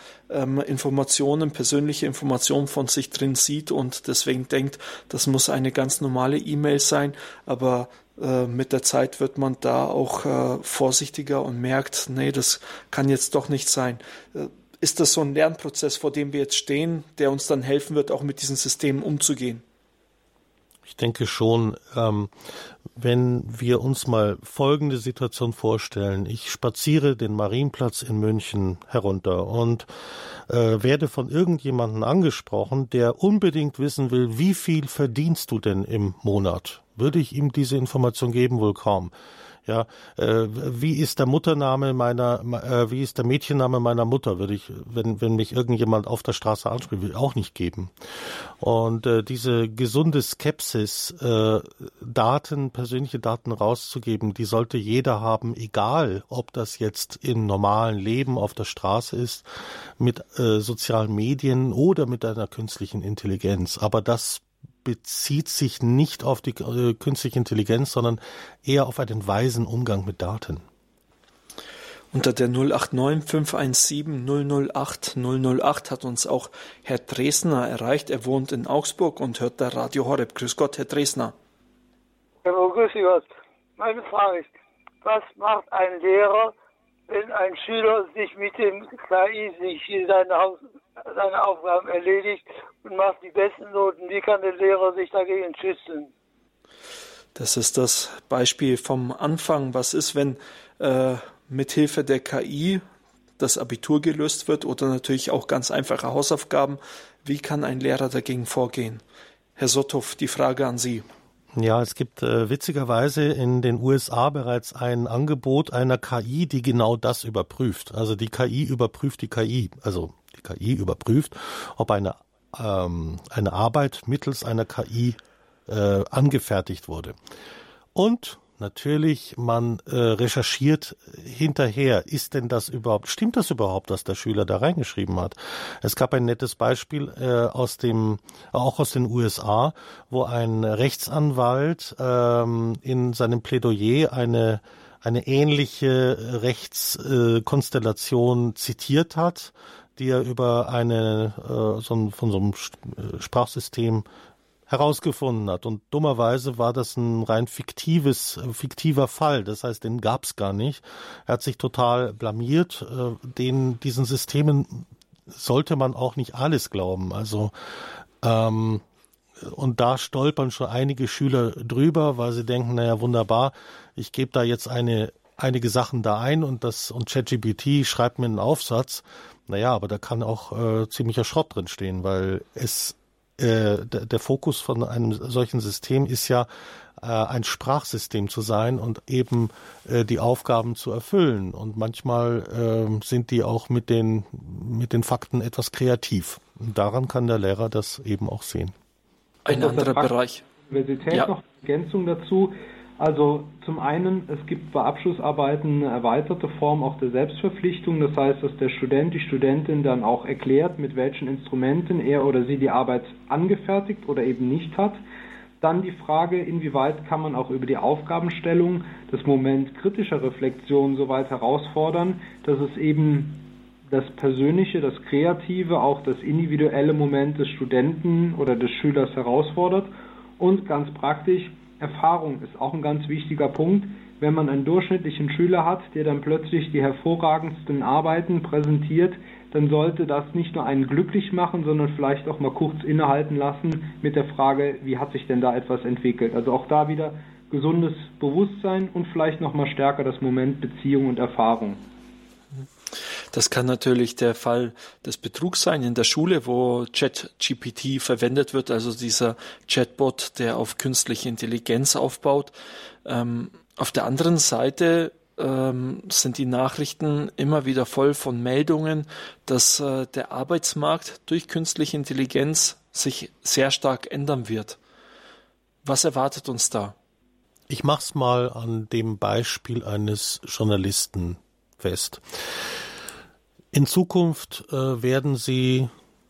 S1: persönliche Informationen von sich drin sieht und deswegen denkt, das muss eine ganz normale E-Mail sein, aber mit der Zeit wird man da auch vorsichtiger und merkt, nee, das kann jetzt doch nicht sein. Ist das so ein Lernprozess, vor dem wir jetzt stehen, der uns dann helfen wird, auch mit diesen Systemen umzugehen?
S2: Ich denke schon, wenn wir uns mal folgende Situation vorstellen. Ich spaziere den Marienplatz in München herunter und werde von irgendjemandem angesprochen, der unbedingt wissen will, wie viel verdienst du denn im Monat? Würde ich ihm diese Information geben? Wohl kaum. Ja, wie ist der Mädchenname meiner Mutter, würde ich, wenn mich irgendjemand auf der Straße anspricht, will ich auch nicht geben. Und diese gesunde Skepsis, persönliche Daten rauszugeben, die sollte jeder haben, egal ob das jetzt im normalen Leben auf der Straße ist, mit sozialen Medien oder mit einer künstlichen Intelligenz. Aber das bezieht sich nicht auf die künstliche Intelligenz, sondern eher auf einen weisen Umgang mit Daten.
S1: Unter der 089 517 008 008 hat uns auch Herr Dresner erreicht. Er wohnt in Augsburg und hört da Radio Horeb. Grüß Gott, Herr Dresner.
S6: Grüß Gott. Meine Frage ist, was macht ein Lehrer, wenn ein Schüler sich mit dem KI seine Aufgaben erledigt und macht die besten Noten? Wie kann der Lehrer sich dagegen schützen?
S1: Das ist das Beispiel vom Anfang. Was ist, wenn mithilfe der KI das Abitur gelöst wird oder natürlich auch ganz einfache Hausaufgaben? Wie kann ein Lehrer dagegen vorgehen? Herr Sotthoff, die Frage an Sie.
S2: Ja, es gibt witzigerweise in den USA bereits ein Angebot einer KI, die genau das überprüft. Also die KI überprüft die KI. Also die KI überprüft, ob eine Arbeit mittels einer KI angefertigt wurde. Und natürlich, man recherchiert hinterher, stimmt das überhaupt, was der Schüler da reingeschrieben hat? Es gab ein nettes Beispiel aus den USA, wo ein Rechtsanwalt in seinem Plädoyer eine ähnliche Rechtskonstellation zitiert hat, die er über von so einem Sprachsystem herausgefunden hat. Und dummerweise war das ein rein fiktiver Fall. Das heißt, den gab es gar nicht. Er hat sich total blamiert. Diesen Systemen sollte man auch nicht alles glauben. Also und da stolpern schon einige Schüler drüber, weil sie denken, naja, wunderbar, ich gebe da jetzt einige Sachen da ein und ChatGPT schreibt mir einen Aufsatz. Naja, aber da kann auch ziemlicher Schrott drin stehen, weil der Fokus von einem solchen System ist ja, ein Sprachsystem zu sein und eben die Aufgaben zu erfüllen. Und manchmal sind die auch mit den Fakten etwas kreativ. Und daran kann der Lehrer das eben auch sehen.
S1: Ein anderer Bereich.
S3: Universität noch eine Ergänzung dazu. Also zum einen, es gibt bei Abschlussarbeiten eine erweiterte Form auch der Selbstverpflichtung. Das heißt, dass der Student, die Studentin dann auch erklärt, mit welchen Instrumenten er oder sie die Arbeit angefertigt oder eben nicht hat. Dann die Frage, inwieweit kann man auch über die Aufgabenstellung das Moment kritischer Reflexion so weit herausfordern, dass es eben das Persönliche, das Kreative, auch das individuelle Moment des Studenten oder des Schülers herausfordert. Und ganz praktisch, Erfahrung ist auch ein ganz wichtiger Punkt. Wenn man einen durchschnittlichen Schüler hat, der dann plötzlich die hervorragendsten Arbeiten präsentiert, dann sollte das nicht nur einen glücklich machen, sondern vielleicht auch mal kurz innehalten lassen mit der Frage, wie hat sich denn da etwas entwickelt. Also auch da wieder gesundes Bewusstsein und vielleicht noch mal stärker das Moment Beziehung und Erfahrung.
S1: Das kann natürlich der Fall des Betrugs sein in der Schule, wo ChatGPT verwendet wird, also dieser Chatbot, der auf künstliche Intelligenz aufbaut. Auf der anderen Seite sind die Nachrichten immer wieder voll von Meldungen, dass der Arbeitsmarkt durch künstliche Intelligenz sich sehr stark ändern wird. Was erwartet uns da?
S2: Ich mach's mal an dem Beispiel eines Journalisten fest. In Zukunft werden Sie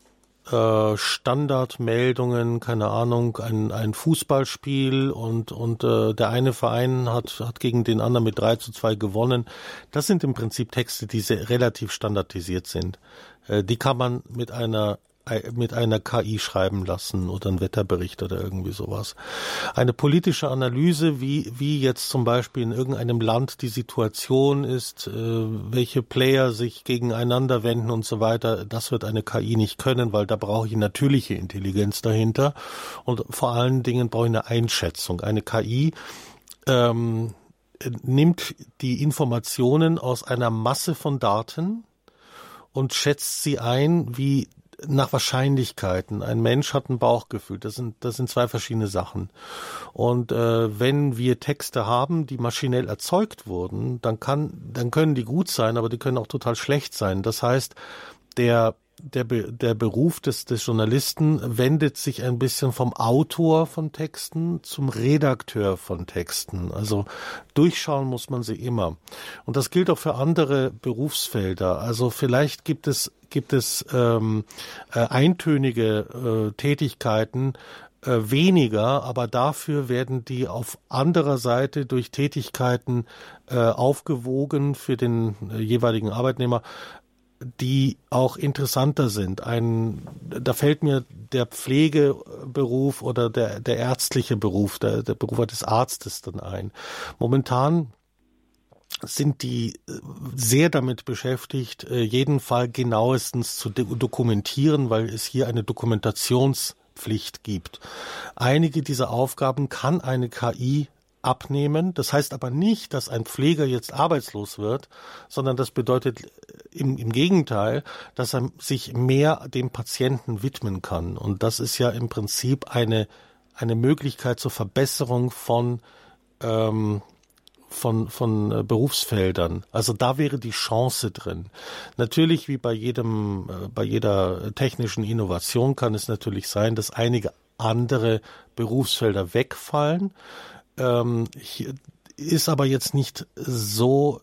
S2: Standardmeldungen, keine Ahnung, ein Fußballspiel und der eine Verein hat gegen den anderen mit 3:2 gewonnen. Das sind im Prinzip Texte, die sehr relativ standardisiert sind. Die kann man mit einer KI schreiben lassen oder einen Wetterbericht oder irgendwie sowas. Eine politische Analyse, wie jetzt zum Beispiel in irgendeinem Land die Situation ist, welche Player sich gegeneinander wenden und so weiter, das wird eine KI nicht können, weil da brauche ich natürliche Intelligenz dahinter und vor allen Dingen brauche ich eine Einschätzung. Eine KI nimmt die Informationen aus einer Masse von Daten und schätzt sie ein, wie nach Wahrscheinlichkeiten. Ein Mensch hat ein Bauchgefühl. Das sind zwei verschiedene Sachen. Und wenn wir Texte haben, die maschinell erzeugt wurden, dann können die gut sein, aber die können auch total schlecht sein. Das heißt, der Beruf des Journalisten wendet sich ein bisschen vom Autor von Texten zum Redakteur von Texten. Also durchschauen muss man sie immer. Und das gilt auch für andere Berufsfelder. Also vielleicht gibt es eintönige Tätigkeiten weniger, aber dafür werden die auf anderer Seite durch Tätigkeiten aufgewogen für den jeweiligen Arbeitnehmer, die auch interessanter sind. Da fällt mir der Pflegeberuf oder der ärztliche Beruf, der Beruf des Arztes dann ein. Momentan sind die sehr damit beschäftigt, jeden Fall genauestens zu dokumentieren, weil es hier eine Dokumentationspflicht gibt. Einige dieser Aufgaben kann eine KI abnehmen. Das heißt aber nicht, dass ein Pfleger jetzt arbeitslos wird, sondern das bedeutet im Gegenteil, dass er sich mehr dem Patienten widmen kann. Und das ist ja im Prinzip eine Möglichkeit zur Verbesserung von Berufsfeldern. Also da wäre die Chance drin. Natürlich, wie bei jeder technischen Innovation kann es natürlich sein, dass einige andere Berufsfelder wegfallen. Ist aber jetzt nicht so,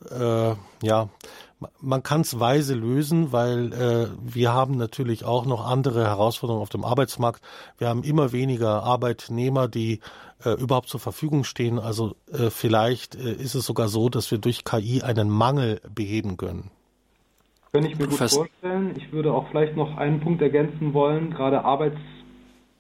S2: man kann es weise lösen, weil wir haben natürlich auch noch andere Herausforderungen auf dem Arbeitsmarkt. Wir haben immer weniger Arbeitnehmer, die überhaupt zur Verfügung stehen. Also vielleicht ist es sogar so, dass wir durch KI einen Mangel beheben können.
S3: Kann ich mir gut vorstellen. Ich würde auch vielleicht noch einen Punkt ergänzen wollen. Gerade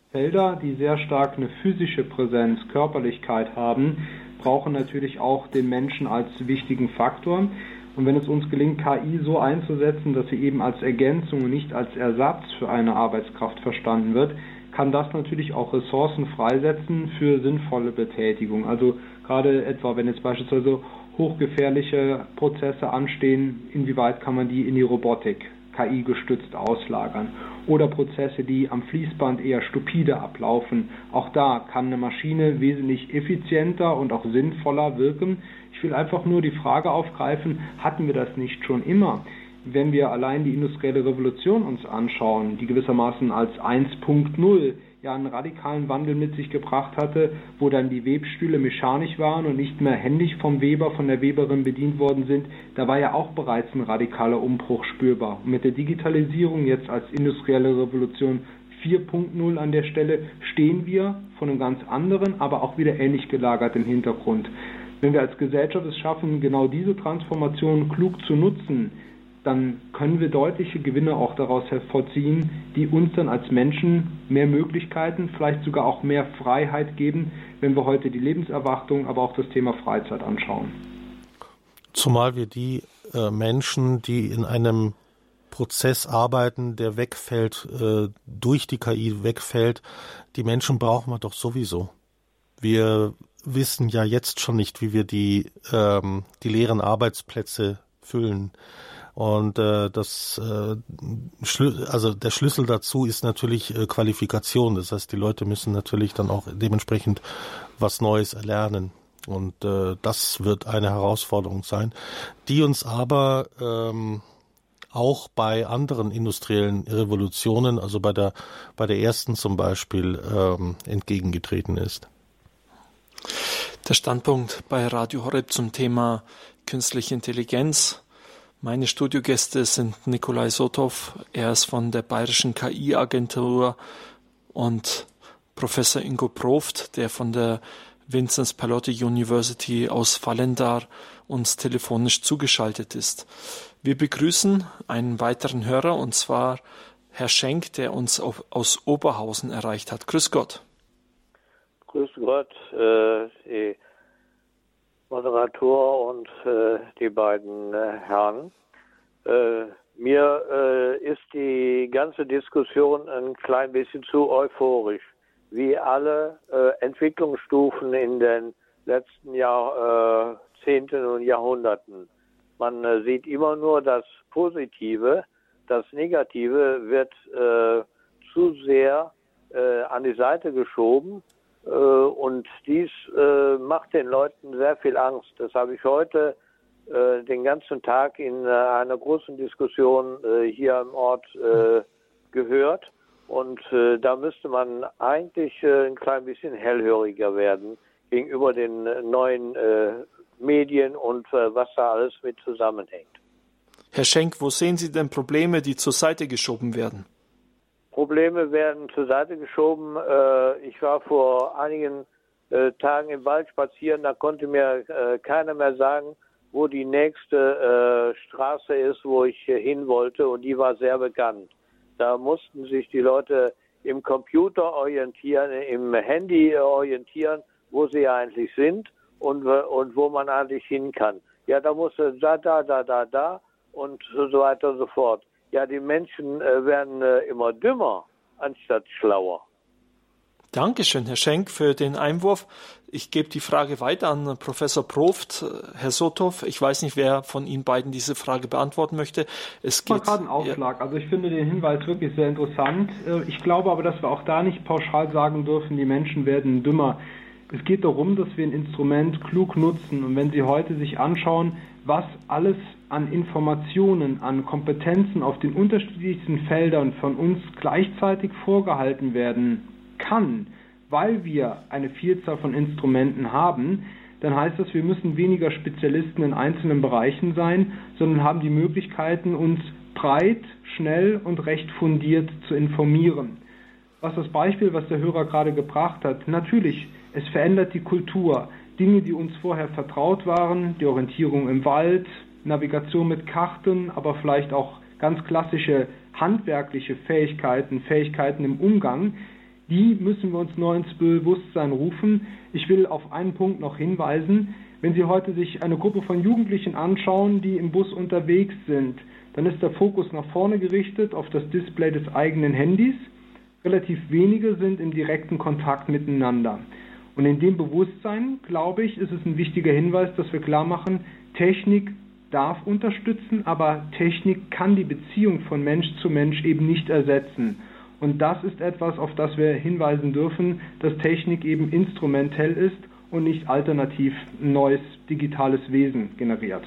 S3: Felder, die sehr stark eine physische Präsenz, Körperlichkeit haben, brauchen natürlich auch den Menschen als wichtigen Faktor. Und wenn es uns gelingt, KI so einzusetzen, dass sie eben als Ergänzung und nicht als Ersatz für eine Arbeitskraft verstanden wird, kann das natürlich auch Ressourcen freisetzen für sinnvolle Betätigung. Also gerade etwa, wenn jetzt beispielsweise hochgefährliche Prozesse anstehen, inwieweit kann man die in die Robotik KI gestützt auslagern? Oder Prozesse, die am Fließband eher stupide ablaufen. Auch da kann eine Maschine wesentlich effizienter und auch sinnvoller wirken. Ich will einfach nur die Frage aufgreifen, hatten wir das nicht schon immer? Wenn wir allein die industrielle Revolution uns anschauen, die gewissermaßen als 1.0 ja einen radikalen Wandel mit sich gebracht hatte, wo dann die Webstühle mechanisch waren und nicht mehr händisch vom Weber, von der Weberin bedient worden sind, da war ja auch bereits ein radikaler Umbruch spürbar. Und mit der Digitalisierung jetzt als industrielle Revolution 4.0 an der Stelle stehen wir von einem ganz anderen, aber auch wieder ähnlich gelagerten Hintergrund. Wenn wir als Gesellschaft es schaffen, genau diese Transformation klug zu nutzen, dann können wir deutliche Gewinne auch daraus hervorziehen, die uns dann als Menschen mehr Möglichkeiten, vielleicht sogar auch mehr Freiheit geben, wenn wir heute die Lebenserwartung, aber auch das Thema Freizeit anschauen.
S2: Zumal wir die Menschen, die in einem Prozess arbeiten, der wegfällt, durch die KI wegfällt, die Menschen brauchen wir doch sowieso. Wir wissen ja jetzt schon nicht, wie wir die leeren Arbeitsplätze füllen. Und der Schlüssel dazu ist natürlich Qualifikation. Das heißt, die Leute müssen natürlich dann auch dementsprechend was Neues erlernen. Und das wird eine Herausforderung sein, die uns aber auch bei anderen industriellen Revolutionen, also bei der ersten zum Beispiel, entgegengetreten ist.
S1: Der Standpunkt bei Radio Horeb zum Thema künstliche Intelligenz. Meine Studiogäste sind Nikolai Sotow, er ist von der Bayerischen KI-Agentur, und Professor Ingo Proft, der von der Vinzenz Pallotti University aus Vallendar uns telefonisch zugeschaltet ist. Wir begrüßen einen weiteren Hörer, und zwar Herr Schenk, der uns aus Oberhausen erreicht hat. Grüß Gott.
S7: Grüß Gott, die Moderator und die beiden Herren. Mir ist die ganze Diskussion ein klein bisschen zu euphorisch, wie alle Entwicklungsstufen in den letzten Jahrzehnten und Jahrhunderten. Man sieht immer nur das Positive, das Negative wird zu sehr an die Seite geschoben. Und dies macht den Leuten sehr viel Angst. Das habe ich heute den ganzen Tag in einer großen Diskussion hier im Ort gehört. Und da müsste man eigentlich ein klein bisschen hellhöriger werden gegenüber den neuen Medien und was da alles mit zusammenhängt.
S1: Herr Schenk, wo sehen Sie denn Probleme, die zur Seite geschoben werden?
S7: Probleme werden zur Seite geschoben. Ich war vor einigen Tagen im Wald spazieren, da konnte mir keiner mehr sagen, wo die nächste Straße ist, wo ich hin wollte, und die war sehr bekannt. Da mussten sich die Leute im Computer orientieren, im Handy orientieren, wo sie eigentlich sind und wo man eigentlich hin kann. Ja, da musste da und so weiter und so fort. Ja, die Menschen werden immer dümmer, anstatt schlauer.
S1: Dankeschön, Herr Schenk, für den Einwurf. Ich gebe die Frage weiter an Professor Proft. Herr Sotow, ich weiß nicht, wer von Ihnen beiden diese Frage beantworten möchte. Es geht
S3: gerade einen Aufschlag. Also ich finde den Hinweis wirklich sehr interessant. Ich glaube aber, dass wir auch da nicht pauschal sagen dürfen, die Menschen werden dümmer. Es geht darum, dass wir ein Instrument klug nutzen. Und wenn Sie heute sich anschauen, was alles an Informationen, an Kompetenzen auf den unterschiedlichsten Feldern von uns gleichzeitig vorgehalten werden kann, weil wir eine Vielzahl von Instrumenten haben, dann heißt das, wir müssen weniger Spezialisten in einzelnen Bereichen sein, sondern haben die Möglichkeiten, uns breit, schnell und recht fundiert zu informieren. Was das Beispiel, was der Hörer gerade gebracht hat, natürlich, es verändert die Kultur. Dinge, die uns vorher vertraut waren, die Orientierung im Wald, Navigation mit Karten, aber vielleicht auch ganz klassische handwerkliche Fähigkeiten im Umgang, Die müssen wir uns neu ins Bewusstsein rufen. Ich will auf einen Punkt noch hinweisen. Wenn Sie heute sich eine Gruppe von Jugendlichen anschauen, die im Bus unterwegs sind, dann ist der Fokus nach vorne gerichtet auf das Display des eigenen Handys. Relativ wenige sind im direkten Kontakt miteinander. Und in dem Bewusstsein, glaube ich, ist es ein wichtiger Hinweis, dass wir klar machen, Technik darf unterstützen, aber Technik kann die Beziehung von Mensch zu Mensch eben nicht ersetzen. Und das ist etwas, auf das wir hinweisen dürfen, dass Technik eben instrumentell ist und nicht alternativ ein neues digitales Wesen generiert.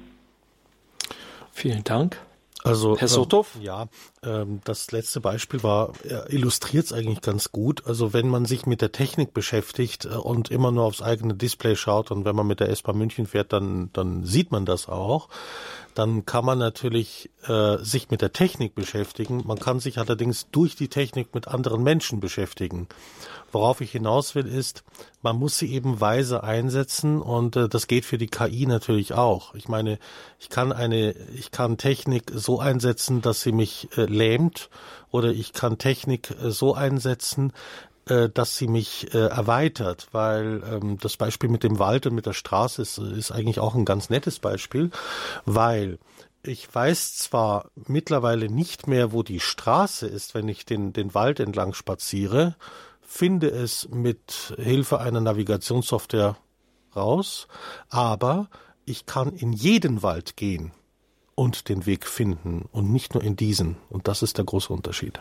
S1: Vielen Dank.
S2: Also,
S1: Herr Sotow?
S2: Das letzte Beispiel illustriert es eigentlich ganz gut. Also wenn man sich mit der Technik beschäftigt und immer nur aufs eigene Display schaut und wenn man mit der S-Bahn München fährt, dann sieht man das auch. Dann kann man natürlich sich mit der Technik beschäftigen. Man kann sich allerdings durch die Technik mit anderen Menschen beschäftigen. Worauf ich hinaus will, ist, man muss sie eben weise einsetzen und das geht für die KI natürlich auch. Ich meine, ich kann Technik so einsetzen, dass sie mich lähmt, oder ich kann Technik so einsetzen, dass sie mich erweitert, weil das Beispiel mit dem Wald und mit der Straße ist eigentlich auch ein ganz nettes Beispiel, weil ich weiß zwar mittlerweile nicht mehr, wo die Straße ist, wenn ich den Wald entlang spaziere, finde es mit Hilfe einer Navigationssoftware raus, aber ich kann in jeden Wald gehen und den Weg finden und nicht nur in diesen. Und das ist der große Unterschied.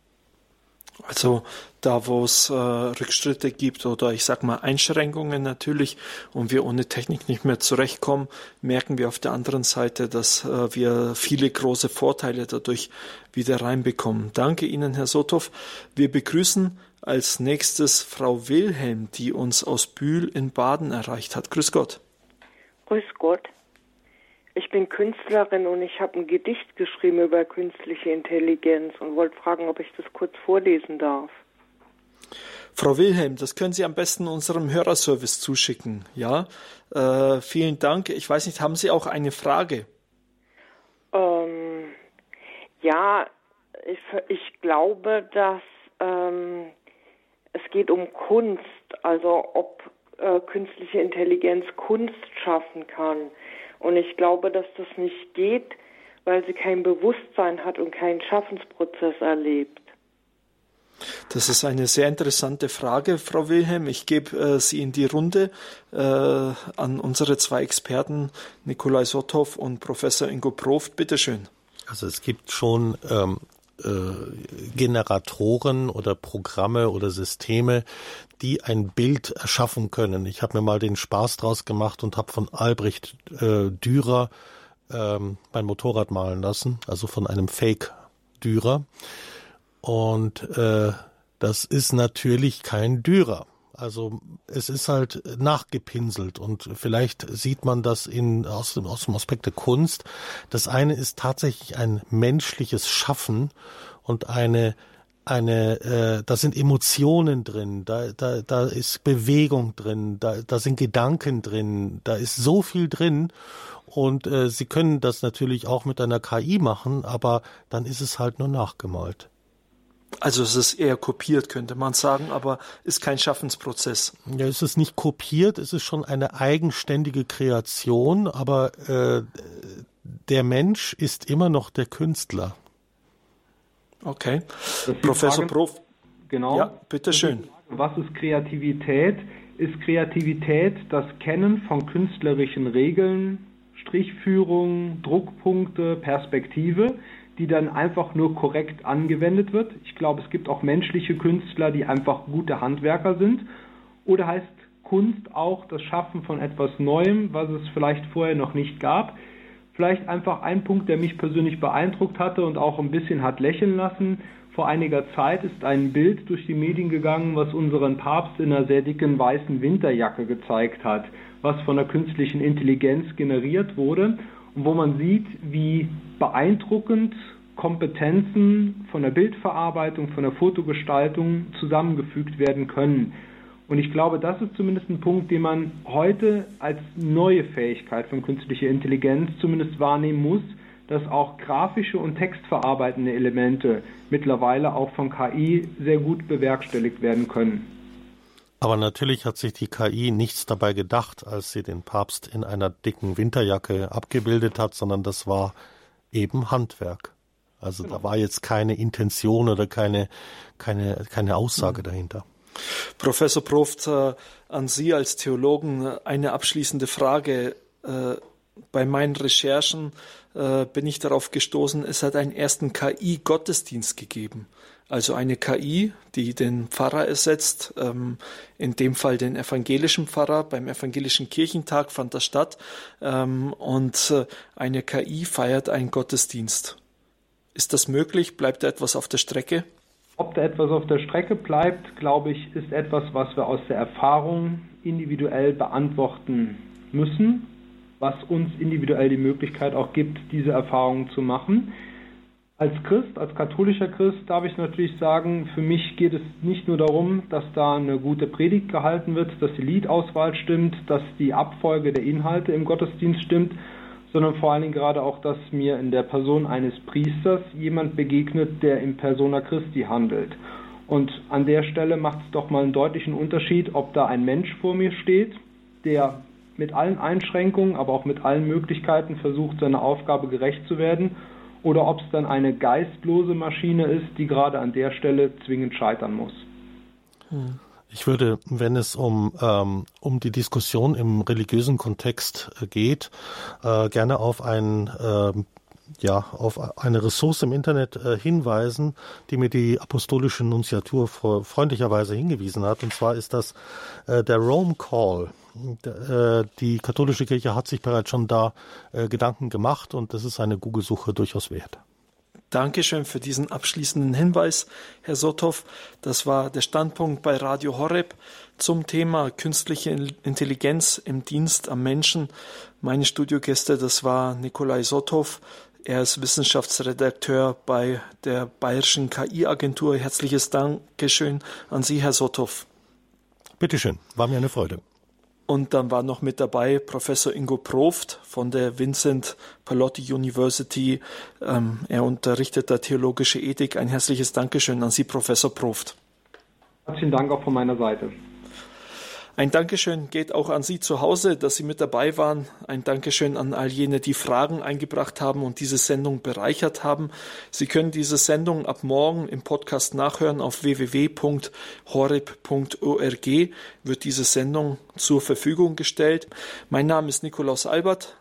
S1: Also da, wo es Rückschritte gibt oder ich sag mal Einschränkungen natürlich und wir ohne Technik nicht mehr zurechtkommen, merken wir auf der anderen Seite, dass wir viele große Vorteile dadurch wieder reinbekommen. Danke Ihnen, Herr Sotow. Wir begrüßen als nächstes Frau Wilhelm, die uns aus Bühl in Baden erreicht hat. Grüß Gott.
S8: Grüß Gott. Ich bin Künstlerin und ich habe ein Gedicht geschrieben über künstliche Intelligenz und wollte fragen, ob ich das kurz vorlesen darf.
S1: Frau Wilhelm, das können Sie am besten unserem Hörerservice zuschicken. Ja, vielen Dank. Ich weiß nicht, haben Sie auch eine Frage?
S8: Ja, ich glaube, dass es geht um Kunst, also ob künstliche Intelligenz Kunst schaffen kann. Und ich glaube, dass das nicht geht, weil sie kein Bewusstsein hat und keinen Schaffensprozess erlebt.
S1: Das ist eine sehr interessante Frage, Frau Wilhelm. Ich gebe sie in die Runde an unsere zwei Experten, Nikolai Sotow und Professor Ingo Proft. Bitte schön.
S2: Also es gibt schon Generatoren oder Programme oder Systeme, die ein Bild erschaffen können. Ich habe mir mal den Spaß draus gemacht und habe von Albrecht Dürer mein Motorrad malen lassen, also von einem Fake-Dürer. Und das ist natürlich kein Dürer. Also es ist halt nachgepinselt und vielleicht sieht man das aus dem Aspekt der Kunst. Das eine ist tatsächlich ein menschliches Schaffen und da sind Emotionen drin, da ist Bewegung drin, da sind Gedanken drin, da ist so viel drin und Sie können das natürlich auch mit einer KI machen, aber dann ist es halt nur nachgemalt.
S1: Also es ist eher kopiert, könnte man sagen, aber ist kein Schaffensprozess.
S2: Ja, es ist nicht kopiert, es ist schon eine eigenständige Kreation, aber der Mensch ist immer noch der Künstler.
S1: Okay. Professor Prof.
S3: Genau.
S1: Ja, bitteschön.
S3: Was ist Kreativität? Ist Kreativität das Kennen von künstlerischen Regeln, Strichführung, Druckpunkte, Perspektive, die dann einfach nur korrekt angewendet wird? Ich glaube, es gibt auch menschliche Künstler, die einfach gute Handwerker sind. Oder heißt Kunst auch das Schaffen von etwas Neuem, was es vielleicht vorher noch nicht gab? Vielleicht einfach ein Punkt, der mich persönlich beeindruckt hatte und auch ein bisschen hat lächeln lassen. Vor einiger Zeit ist ein Bild durch die Medien gegangen, was unseren Papst in einer sehr dicken weißen Winterjacke gezeigt hat, was von der künstlichen Intelligenz generiert wurde und wo man sieht, wie beeindruckend Kompetenzen von der Bildverarbeitung, von der Fotogestaltung zusammengefügt werden können. Und ich glaube, das ist zumindest ein Punkt, den man heute als neue Fähigkeit von künstlicher Intelligenz zumindest wahrnehmen muss, dass auch grafische und textverarbeitende Elemente mittlerweile auch von KI sehr gut bewerkstelligt werden können.
S2: Aber natürlich hat sich die KI nichts dabei gedacht, als sie den Papst in einer dicken Winterjacke abgebildet hat, sondern das war eben Handwerk. Also da war jetzt keine Intention oder keine Aussage dahinter.
S1: Professor Proft, an Sie als Theologen eine abschließende Frage. Bei meinen Recherchen bin ich darauf gestoßen, es hat einen ersten KI-Gottesdienst gegeben. Also eine KI, die den Pfarrer ersetzt, in dem Fall den evangelischen Pfarrer. Beim evangelischen Kirchentag fand das statt und eine KI feiert einen Gottesdienst. Ist das möglich? Bleibt da etwas auf der Strecke?
S3: Ob da etwas auf der Strecke bleibt, glaube ich, ist etwas, was wir aus der Erfahrung individuell beantworten müssen, was uns individuell die Möglichkeit auch gibt, diese Erfahrungen zu machen. Als Christ, als katholischer Christ darf ich natürlich sagen, für mich geht es nicht nur darum, dass da eine gute Predigt gehalten wird, dass die Liedauswahl stimmt, dass die Abfolge der Inhalte im Gottesdienst stimmt, sondern vor allen Dingen gerade auch, dass mir in der Person eines Priesters jemand begegnet, der in persona Christi handelt. Und an der Stelle macht es doch mal einen deutlichen Unterschied, ob da ein Mensch vor mir steht, der mit allen Einschränkungen, aber auch mit allen Möglichkeiten versucht, seiner Aufgabe gerecht zu werden, oder ob es dann eine geistlose Maschine ist, die gerade an der Stelle zwingend scheitern muss.
S2: Ich würde, wenn es um die Diskussion im religiösen Kontext geht, gerne auf eine Ressource im Internet hinweisen, die mir die apostolische Nunziatur freundlicherweise hingewiesen hat. Und zwar ist das der Rome Call. Die katholische Kirche hat sich bereits schon da Gedanken gemacht und das ist eine Google-Suche durchaus wert.
S1: Dankeschön für diesen abschließenden Hinweis, Herr Sotthoff. Das war der Standpunkt bei Radio Horeb zum Thema künstliche Intelligenz im Dienst am Menschen. Meine Studiogäste, das war Nikolai Sotthoff. Er ist Wissenschaftsredakteur bei der Bayerischen KI-Agentur. Herzliches Dankeschön an Sie, Herr Sotthoff.
S2: Bitteschön, war mir eine Freude.
S1: Und dann war noch mit dabei Professor Ingo Proft von der Vincent Pallotti University. Er unterrichtet da theologische Ethik. Ein herzliches Dankeschön an Sie, Professor Proft.
S3: Herzlichen Dank auch von meiner Seite.
S1: Ein Dankeschön geht auch an Sie zu Hause, dass Sie mit dabei waren. Ein Dankeschön an all jene, die Fragen eingebracht haben und diese Sendung bereichert haben. Sie können diese Sendung ab morgen im Podcast nachhören. Auf www.horeb.org wird diese Sendung zur Verfügung gestellt. Mein Name ist Nikolaus Albert.